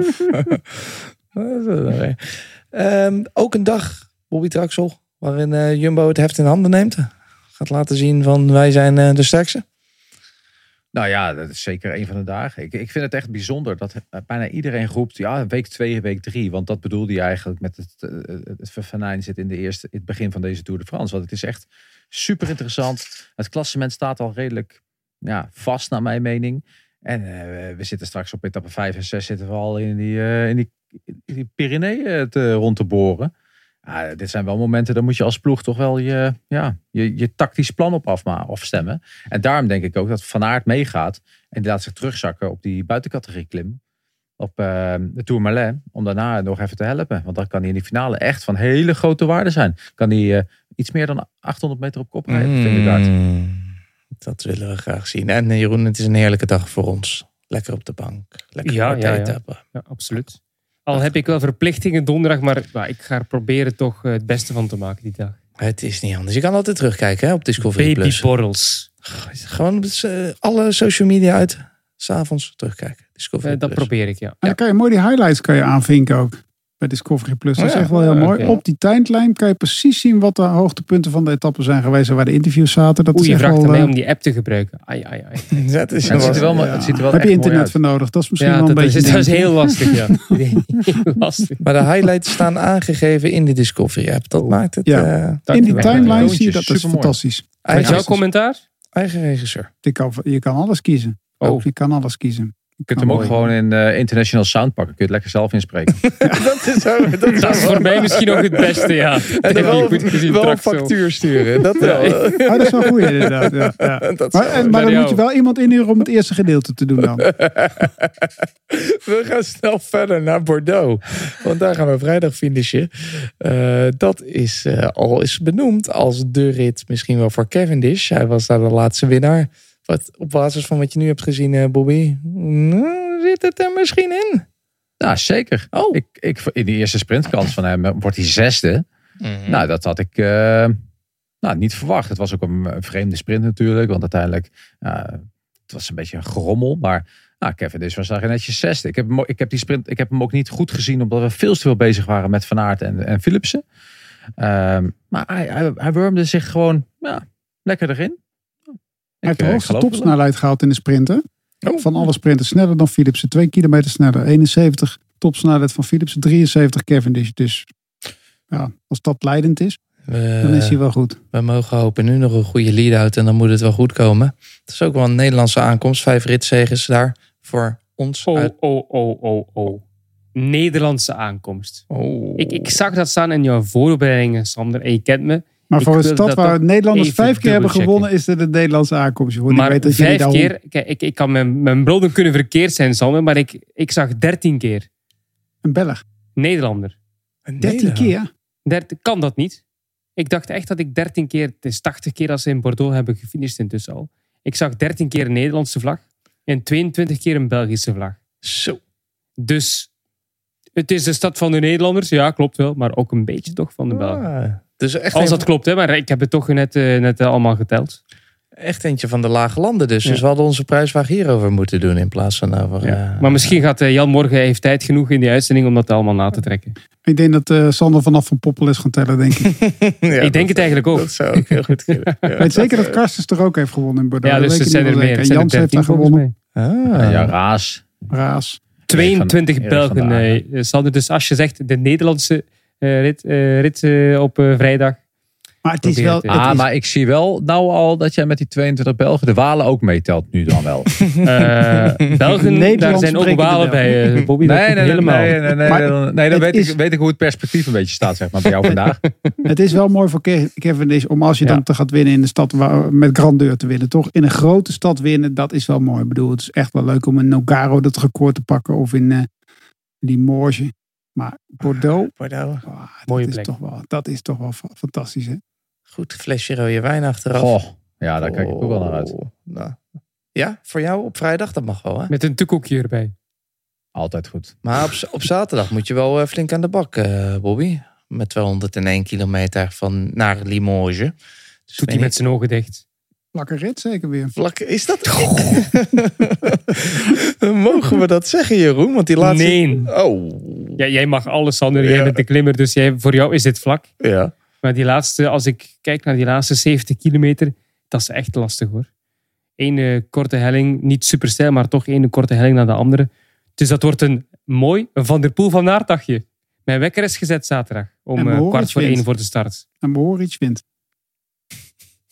Speaker 4: Ook een dag, Bobby Traxel, waarin Jumbo het heft in handen neemt. Gaat laten zien van wij zijn de sterkste.
Speaker 7: Nou ja, dat is zeker een van de dagen. Ik vind het echt bijzonder dat bijna iedereen roept, week 2, week 3. Want dat bedoelde je eigenlijk met het venijn zit in het begin van deze Tour de France. Want het is echt super interessant. Het klassement staat al redelijk vast naar mijn mening. En we zitten straks op etappe 5 en 6 zitten we al in die Pyreneeën rond te boren. Dit zijn wel momenten, daar moet je als ploeg toch wel je tactisch plan op afstemmen. En daarom denk ik ook dat Van Aert meegaat en die laat zich terugzakken op die buitencategorie klim. Op de Tourmalet, om daarna nog even te helpen. Want dan kan hij in die finale echt van hele grote waarde zijn. Kan hij iets meer dan 800 meter op kop rijden.
Speaker 4: Dat willen we graag zien. En Jeroen, het is een heerlijke dag voor ons. Lekker op de bank. Lekker etappe.
Speaker 5: Ja, absoluut. Al heb ik wel verplichtingen donderdag, maar ik ga er proberen toch het beste van te maken die dag.
Speaker 4: Het is niet anders. Je kan altijd terugkijken hè, op Discovery Plus.
Speaker 5: Babyborrels.
Speaker 4: Gewoon alle social media uit. 's Avonds terugkijken. Discovery
Speaker 5: dat
Speaker 4: Plus.
Speaker 5: probeer ik, ja.
Speaker 6: En dan kan je mooi die highlights aanvinken ook. Bij Discovery Plus. Dat is echt wel heel mooi.
Speaker 5: Okay.
Speaker 6: Op die tijdlijn kan je precies zien wat de hoogtepunten van de etappe zijn geweest. En waar de interviews zaten. Dat
Speaker 5: je
Speaker 6: is
Speaker 5: vraagt aan mij om die app te gebruiken. Ai.
Speaker 7: Het ziet er wel
Speaker 6: heb je internet voor nodig? Dat is misschien wel een beetje...
Speaker 5: Dat is heel lastig, ja. Heel lastig.
Speaker 4: Maar de highlights staan aangegeven in de Discovery app. Dat maakt het...
Speaker 6: in die timeline zie je dat is fantastisch.
Speaker 5: Wat is jouw commentaar?
Speaker 4: Eigen regisseur.
Speaker 6: Je kan alles kiezen. Je kan alles kiezen.
Speaker 7: Je kunt hem ook gewoon in International Sound pakken. Kun je het lekker zelf inspreken.
Speaker 5: Dat is voor mij misschien nog het beste, ja.
Speaker 4: En dan wel een factuur sturen. Dat wel.
Speaker 6: Dat is wel goed inderdaad. Ja. Maar dan moet je wel iemand inhuren om het eerste gedeelte te doen dan.
Speaker 4: We gaan snel verder naar Bordeaux. Want daar gaan we vrijdag finishen. Dat is al eens benoemd als de rit misschien wel voor Cavendish. Hij was daar de laatste winnaar. Op basis van wat je nu hebt gezien, Bobby, zit het er misschien in?
Speaker 7: Nou, zeker. In die eerste sprintkans van hem wordt hij 6e. Mm-hmm. Nou, dat had ik niet verwacht. Het was ook een vreemde sprint natuurlijk. Want uiteindelijk, het was een beetje een gerommel. Maar Cavendish was daar netjes 6e. Ik heb hem ook niet goed gezien, omdat we veel te veel bezig waren met Van Aert en Philipsen. Maar hij wurmde zich gewoon lekker erin.
Speaker 6: Hij heeft de hoogste topsnelheid gehaald in de sprinten. Van alle sprinters sneller dan Philipsen. 2 kilometer sneller. 71 topsnelheid van Philipsen. 73 Cavendish. Dus als dat leidend is, dan is hij wel goed.
Speaker 4: We mogen hopen nu nog een goede lead-out. En dan moet het wel goed komen. Het is ook wel een Nederlandse aankomst. 5 ritzeges daar voor ons.
Speaker 5: Nederlandse aankomst. Ik zag dat staan in jouw voorbereidingen, Sander. En je kent me.
Speaker 6: Maar voor een stad waar Nederlanders 5 keer hebben gewonnen, is het een Nederlandse aankomst.
Speaker 5: Maar weet dat 5 keer, kijk, ik kan mijn bronnen kunnen verkeerd zijn, Sander, maar ik zag 13 keer.
Speaker 6: Een Belg?
Speaker 5: Nederlander.
Speaker 6: 13 keer?
Speaker 5: Kan dat niet? Ik dacht echt dat ik 13 keer, het is 80 keer als ze in Bordeaux hebben gefinished intussen al. Ik zag 13 keer een Nederlandse vlag en 22 keer een Belgische vlag.
Speaker 4: Zo.
Speaker 5: Dus het is de stad van de Nederlanders, ja, klopt wel, maar ook een beetje toch van de Belgen.
Speaker 4: Dus echt
Speaker 5: als dat klopt, hè, maar ik heb het toch net allemaal geteld.
Speaker 4: Echt eentje van de lage landen dus. Dus we hadden onze prijsvraag hierover moeten doen in plaats van over...
Speaker 5: Maar misschien gaat Jan morgen heeft tijd genoeg in die uitzending om dat allemaal na te trekken.
Speaker 6: Ik denk dat Sander vanaf van Poppel is gaan tellen, denk ik.
Speaker 5: Ik denk het eigenlijk ook.
Speaker 4: Dat zou ook heel goed kunnen.
Speaker 6: Ik weet zeker dat Karstens er ook heeft gewonnen in Bordeaux.
Speaker 5: Ja, dus er zijn er meer.
Speaker 6: En Jans heeft daar gewonnen.
Speaker 7: Raas.
Speaker 5: 22 Belgen, Sander. Dus als je zegt de Nederlandse rit op vrijdag.
Speaker 6: Maar het is wel...
Speaker 7: maar ik zie wel nou al dat jij met die 22 Belgen de Walen ook meetelt nu dan wel.
Speaker 5: Belgen, daar zijn ook Walen bij, Bobby.
Speaker 7: Nee, dan weet ik hoe het perspectief een beetje staat, zeg maar, bij jou vandaag.
Speaker 6: Het is wel mooi voor Cavendish om als je dan te gaat winnen in de stad met grandeur te winnen, toch? In een grote stad winnen, dat is wel mooi. Ik bedoel, het is echt wel leuk om in Nogaro dat record te pakken of in Limoges. Maar Bordeaux, dat is toch wel fantastisch, hè?
Speaker 4: Goed flesje rode wijn achteraf.
Speaker 7: Ja, daar kijk ik ook wel naar uit.
Speaker 4: Nou. Ja, voor jou op vrijdag, dat mag wel, hè?
Speaker 5: Met een toekoekje erbij.
Speaker 7: Altijd goed.
Speaker 4: Maar op zaterdag moet je wel flink aan de bak, Bobby. Met 201 kilometer naar Limoges.
Speaker 5: Dus doet hij met zijn ogen dicht.
Speaker 6: Vlakke rit zeker weer.
Speaker 4: Is dat? Mogen we dat zeggen, Jeroen? Want die laatste...
Speaker 5: Nee. Ja, jij mag alles, Sander. Jij bent de klimmer, dus voor jou is dit vlak.
Speaker 4: Ja.
Speaker 5: Maar die laatste, als ik kijk naar die laatste 70 kilometer, dat is echt lastig, hoor. Eén korte helling, niet super steil, maar toch één korte helling naar de andere. Dus dat wordt een Van der Poel van Aert dagje. Mijn wekker is gezet zaterdag om 1:15 voor de start.
Speaker 6: En Mohoric wint.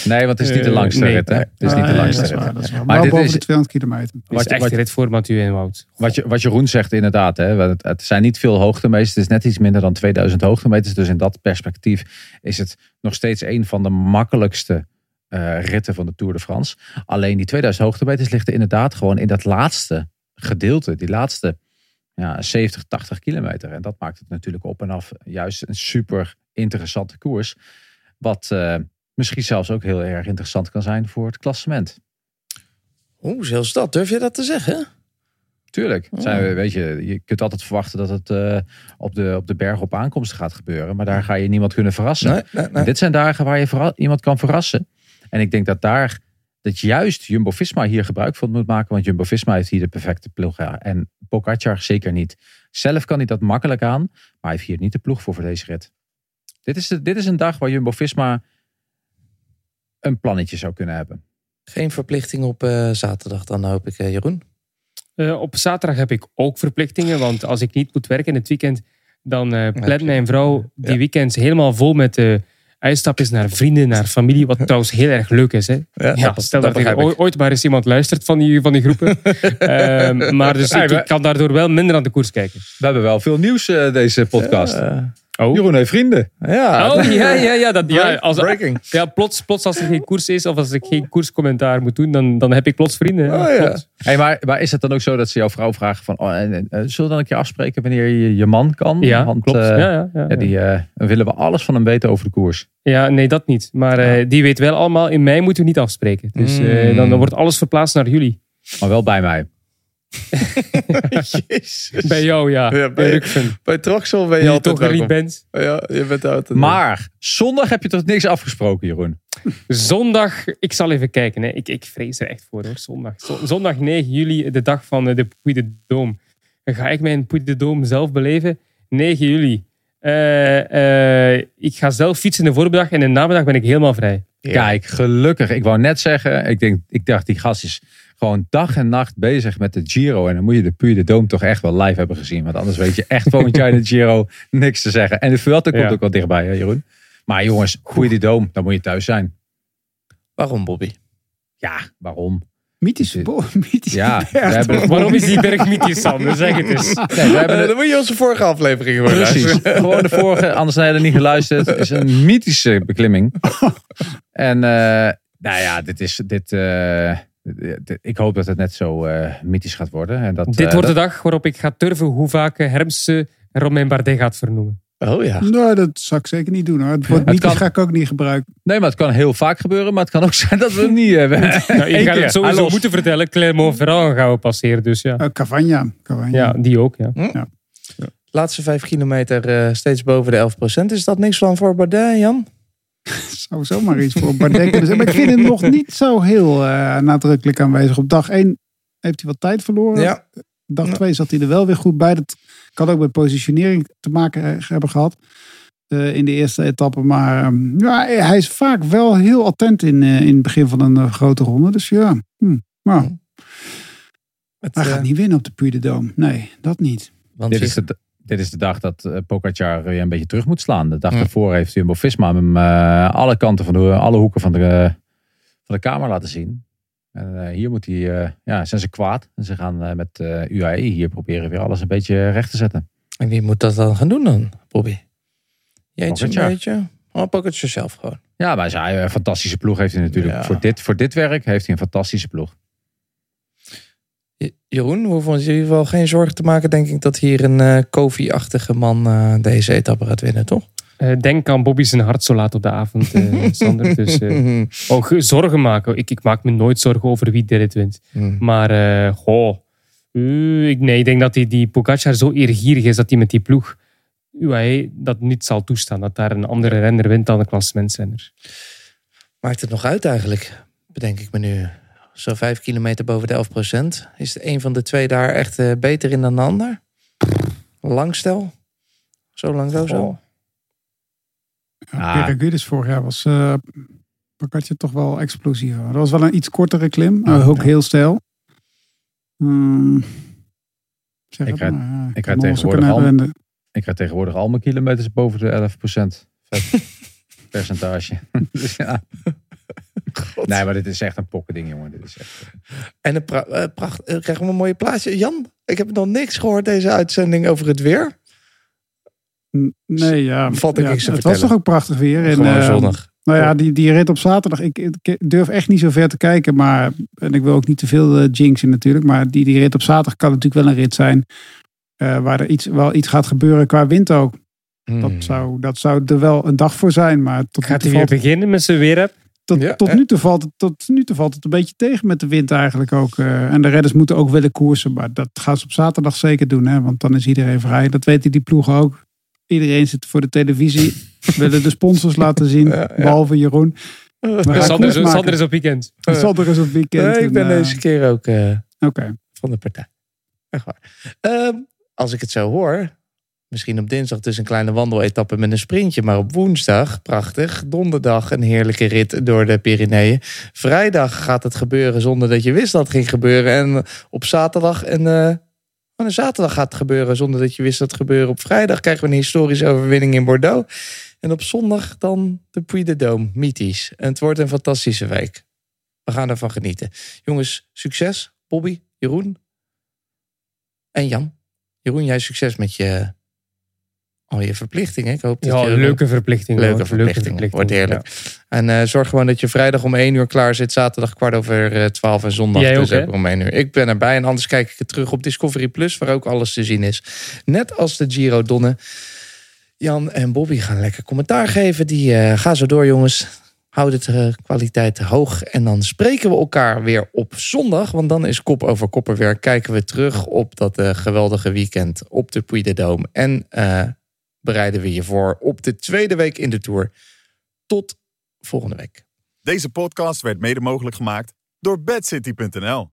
Speaker 7: Nee, want het is niet de langste rit. Hè? Het is niet de langste rit.
Speaker 6: Dat is waar. Maar boven de 200 kilometer.
Speaker 5: Het is echt een rit voor Mathieu en Wout.
Speaker 7: Wat Jeroen zegt inderdaad. Hè? Het zijn niet veel hoogtemeters. Het is net iets minder dan 2000 hoogtemeters. Dus in dat perspectief is het nog steeds een van de makkelijkste ritten van de Tour de France. Alleen die 2000 hoogtemeters ligt er inderdaad gewoon in dat laatste gedeelte. Die laatste 70, 80 kilometer. En dat maakt het natuurlijk op en af juist een super interessante koers. Wat misschien zelfs ook heel erg interessant kan zijn voor het klassement.
Speaker 4: Zelfs dat. Durf je dat te zeggen?
Speaker 7: Tuurlijk. Weet je kunt altijd verwachten dat het op de berg op aankomsten gaat gebeuren. Maar daar ga je niemand kunnen verrassen. Nee. Dit zijn dagen waar je iemand kan verrassen. En ik denk dat juist Jumbo-Visma hier gebruik van moet maken. Want Jumbo-Visma heeft hier de perfecte ploeg. En Pogačar zeker niet. Zelf kan hij dat makkelijk aan. Maar hij heeft hier niet de ploeg voor deze rit. Dit is een dag waar Jumbo-Visma een plannetje zou kunnen hebben.
Speaker 4: Geen verplichting op zaterdag dan, hoop ik, Jeroen?
Speaker 5: Op zaterdag heb ik ook verplichtingen. Want als ik niet moet werken in het weekend, dan plant mijn vrouw die weekends helemaal vol met uitstapjes naar vrienden, naar familie. Wat trouwens heel erg leuk is. Hè? Stel dat er ooit maar eens iemand luistert van die groepen. Maar dus ik kan daardoor wel minder aan de koers kijken.
Speaker 7: We hebben wel veel nieuws deze podcast. Jeroen heeft vrienden.
Speaker 4: Breaking.
Speaker 5: Ja, plots als er geen koers is of als ik geen koerscommentaar moet doen, dan heb ik plots vrienden.
Speaker 7: Hey, maar is het dan ook zo dat ze jouw vrouw vragen van zullen we dan een keer afspreken wanneer je man kan?
Speaker 5: Ja,
Speaker 7: want,
Speaker 5: klopt.
Speaker 7: Die willen we alles van hem weten over de koers.
Speaker 5: Ja, nee, dat niet. Maar die weet wel allemaal, in mei moeten we niet afspreken. Dus dan wordt alles verplaatst naar juli.
Speaker 7: Maar wel bij mij.
Speaker 4: Jezus.
Speaker 5: Bij jou, ja.
Speaker 4: Bij Troxel ben je altijd
Speaker 5: toch er niet bent.
Speaker 4: Ja, je bent altijd.
Speaker 7: Maar zondag heb je toch niks afgesproken, Jeroen?
Speaker 5: Zondag, ik zal even kijken. Hè. Ik vrees er echt voor, hoor. Zondag. Zondag 9 juli, de dag van de Puy de Dôme. Dan ga ik mijn Puy de Dôme zelf beleven. 9 juli. Ik ga zelf fietsen in de voormiddag en in de namiddag ben ik helemaal vrij.
Speaker 7: Ja. Kijk, gelukkig. Ik wou net zeggen, ik dacht die gast is gewoon dag en nacht bezig met de Giro. En dan moet je de Puy de Dôme toch echt wel live hebben gezien. Want anders weet je echt volgend jaar in de Giro niks te zeggen. En de Vuelta komt ook wel dichtbij, hè, Jeroen? Maar jongens, Puy de Dôme, dan moet je thuis zijn.
Speaker 4: Waarom, Bobby?
Speaker 7: Ja, waarom?
Speaker 6: Mythische
Speaker 7: berg.
Speaker 5: Waarom is die berg mythisch, Sander? Zeg het eens.
Speaker 4: Dan moet je onze vorige aflevering horen.
Speaker 7: Precies. Gewoon de vorige, anders heb je er niet geluisterd. Het is een mythische beklimming. En ik hoop dat het net zo mythisch gaat worden. En
Speaker 5: dit wordt de dag waarop ik ga turven hoe vaak Hermsen Romain Bardet gaat vernoemen.
Speaker 4: Oh ja.
Speaker 6: Nou, dat zou ik zeker niet doen, hoor. Het woord mythisch ga ik ook niet gebruiken.
Speaker 7: Nee, maar het kan heel vaak gebeuren. Maar het kan ook zijn dat we het niet hebben.
Speaker 5: Je gaat het sowieso moeten vertellen. Clermont-Ferrand gaan we passeren. Dus ja.
Speaker 6: Cavagna.
Speaker 5: Ja, die ook. Ja.
Speaker 4: Laatste 5 kilometer steeds boven de 11%. Is dat niks van voor Bardet, Jan?
Speaker 6: Zou zomaar iets voor Bardet kunnen zijn. Maar ik vind hem nog niet zo heel nadrukkelijk aanwezig. Op dag 1 heeft hij wat tijd verloren. Ja. Dag 2 zat hij er wel weer goed bij. Dat kan ook met positionering te maken hebben gehad. In de eerste etappe. Maar hij is vaak wel heel attent in het begin van een grote ronde. Dus ja. Hij gaat niet winnen op de Puy de Dôme. Nee, dat niet.
Speaker 7: Want dit is de dag dat Pogačar weer een beetje terug moet slaan. De dag daarvoor heeft Jumbo-Visma hem alle kanten van alle hoeken van de kamer laten zien. En hier moet hij, zijn ze kwaad. En ze gaan met UAE hier proberen weer alles een beetje recht te zetten.
Speaker 4: En wie moet dat dan gaan doen dan, Bobby? Jeetje een beetje? Pogačar zelf gewoon.
Speaker 7: Ja, maar een fantastische ploeg heeft hij natuurlijk. Ja. Voor dit werk heeft hij een fantastische ploeg.
Speaker 4: Jeroen, we hoeven ons in ieder geval geen zorgen te maken, denk ik, dat hier een Kofi-achtige man deze etappe gaat winnen, toch?
Speaker 5: Denk aan Bobby zijn hart zo laat op de avond, Sander. Dus zorgen maken. Ik maak me nooit zorgen over wie dit wint. Maar ik denk dat die Pogačar zo eergierig is dat hij met die ploeg UAE dat niet zal toestaan. Dat daar een andere renner wint dan een klassementsrenner.
Speaker 4: Maakt het nog uit eigenlijk, bedenk ik me nu. Zo 5 kilometer boven de 11%. Is de een van de twee daar echt beter in dan de ander? Langstel? Zo lang zo?
Speaker 6: Peragudes vorig jaar was Pogačar toch wel explosief. Dat was wel een iets kortere klim. Ook heel stijl.
Speaker 7: Ik rijd tegenwoordig al mijn kilometers boven de 11% vet percentage. Dus ja. Nee, maar dit is echt een pokkending, jongen. Dit is echt...
Speaker 4: En krijgen we een mooie plaatje. Jan, ik heb nog niks gehoord deze uitzending over het weer.
Speaker 6: Nee, ja.
Speaker 4: Valt ik niks te
Speaker 6: het
Speaker 4: vertellen.
Speaker 6: was toch ook prachtig weer.
Speaker 4: Gewoon zonnig.
Speaker 6: Nou ja, die rit op zaterdag. Ik durf echt niet zo ver te kijken. Maar, en ik wil ook niet te veel jinxen natuurlijk. Maar die rit op zaterdag kan natuurlijk wel een rit zijn. Waar er wel iets gaat gebeuren qua wind ook. Dat zou er wel een dag voor zijn. Maar
Speaker 5: gaat hij weer beginnen met zijn weerapp?
Speaker 6: Tot nu toe valt het een beetje tegen met de wind eigenlijk ook. En de redders moeten ook willen koersen. Maar dat gaan ze op zaterdag zeker doen. Hè? Want dan is iedereen vrij. Dat weten die ploegen ook. Iedereen zit voor de televisie. Willen de sponsors laten zien. Behalve Jeroen.
Speaker 5: Sander is op weekend.
Speaker 6: Sander is op weekend.
Speaker 4: Ik ben deze keer ook van de partij. Echt waar. Als ik het zo hoor... Misschien op dinsdag dus een kleine wandeletappe met een sprintje. Maar op woensdag, prachtig. Donderdag een heerlijke rit door de Pyreneeën. Vrijdag gaat het gebeuren zonder dat je wist dat het ging gebeuren. En op zaterdag een zaterdag gaat het gebeuren zonder dat je wist dat het gebeuren. Op vrijdag krijgen we een historische overwinning in Bordeaux. En op zondag dan de Puy de Dôme. Mythisch. En het wordt een fantastische week. We gaan ervan genieten. Jongens, succes. Bobby, Jeroen en Jan. Jeroen, jij succes met al je verplichtingen. Ik hoop dat
Speaker 5: leuke verplichtingen.
Speaker 4: Leuke verplichtingen. Wordt heerlijk. Ja. En zorg gewoon dat je vrijdag om 1 uur klaar zit. Zaterdag 12:15 en zondag
Speaker 5: jij
Speaker 4: dus
Speaker 5: ook
Speaker 4: om 1 uur. Ik ben erbij en anders kijk ik het terug op Discovery Plus, waar ook alles te zien is. Net als de Giro Donne. Jan en Bobby gaan lekker commentaar geven. Die gaan zo door, jongens. Houd de kwaliteit hoog. En dan spreken we elkaar weer op zondag. Want dan is Kop over Koppen weer. Kijken we terug op dat geweldige weekend op de Puy de Dôme. En bereiden we je voor op de tweede week in de Tour. Tot volgende week.
Speaker 1: Deze podcast werd mede mogelijk gemaakt door bedcity.nl.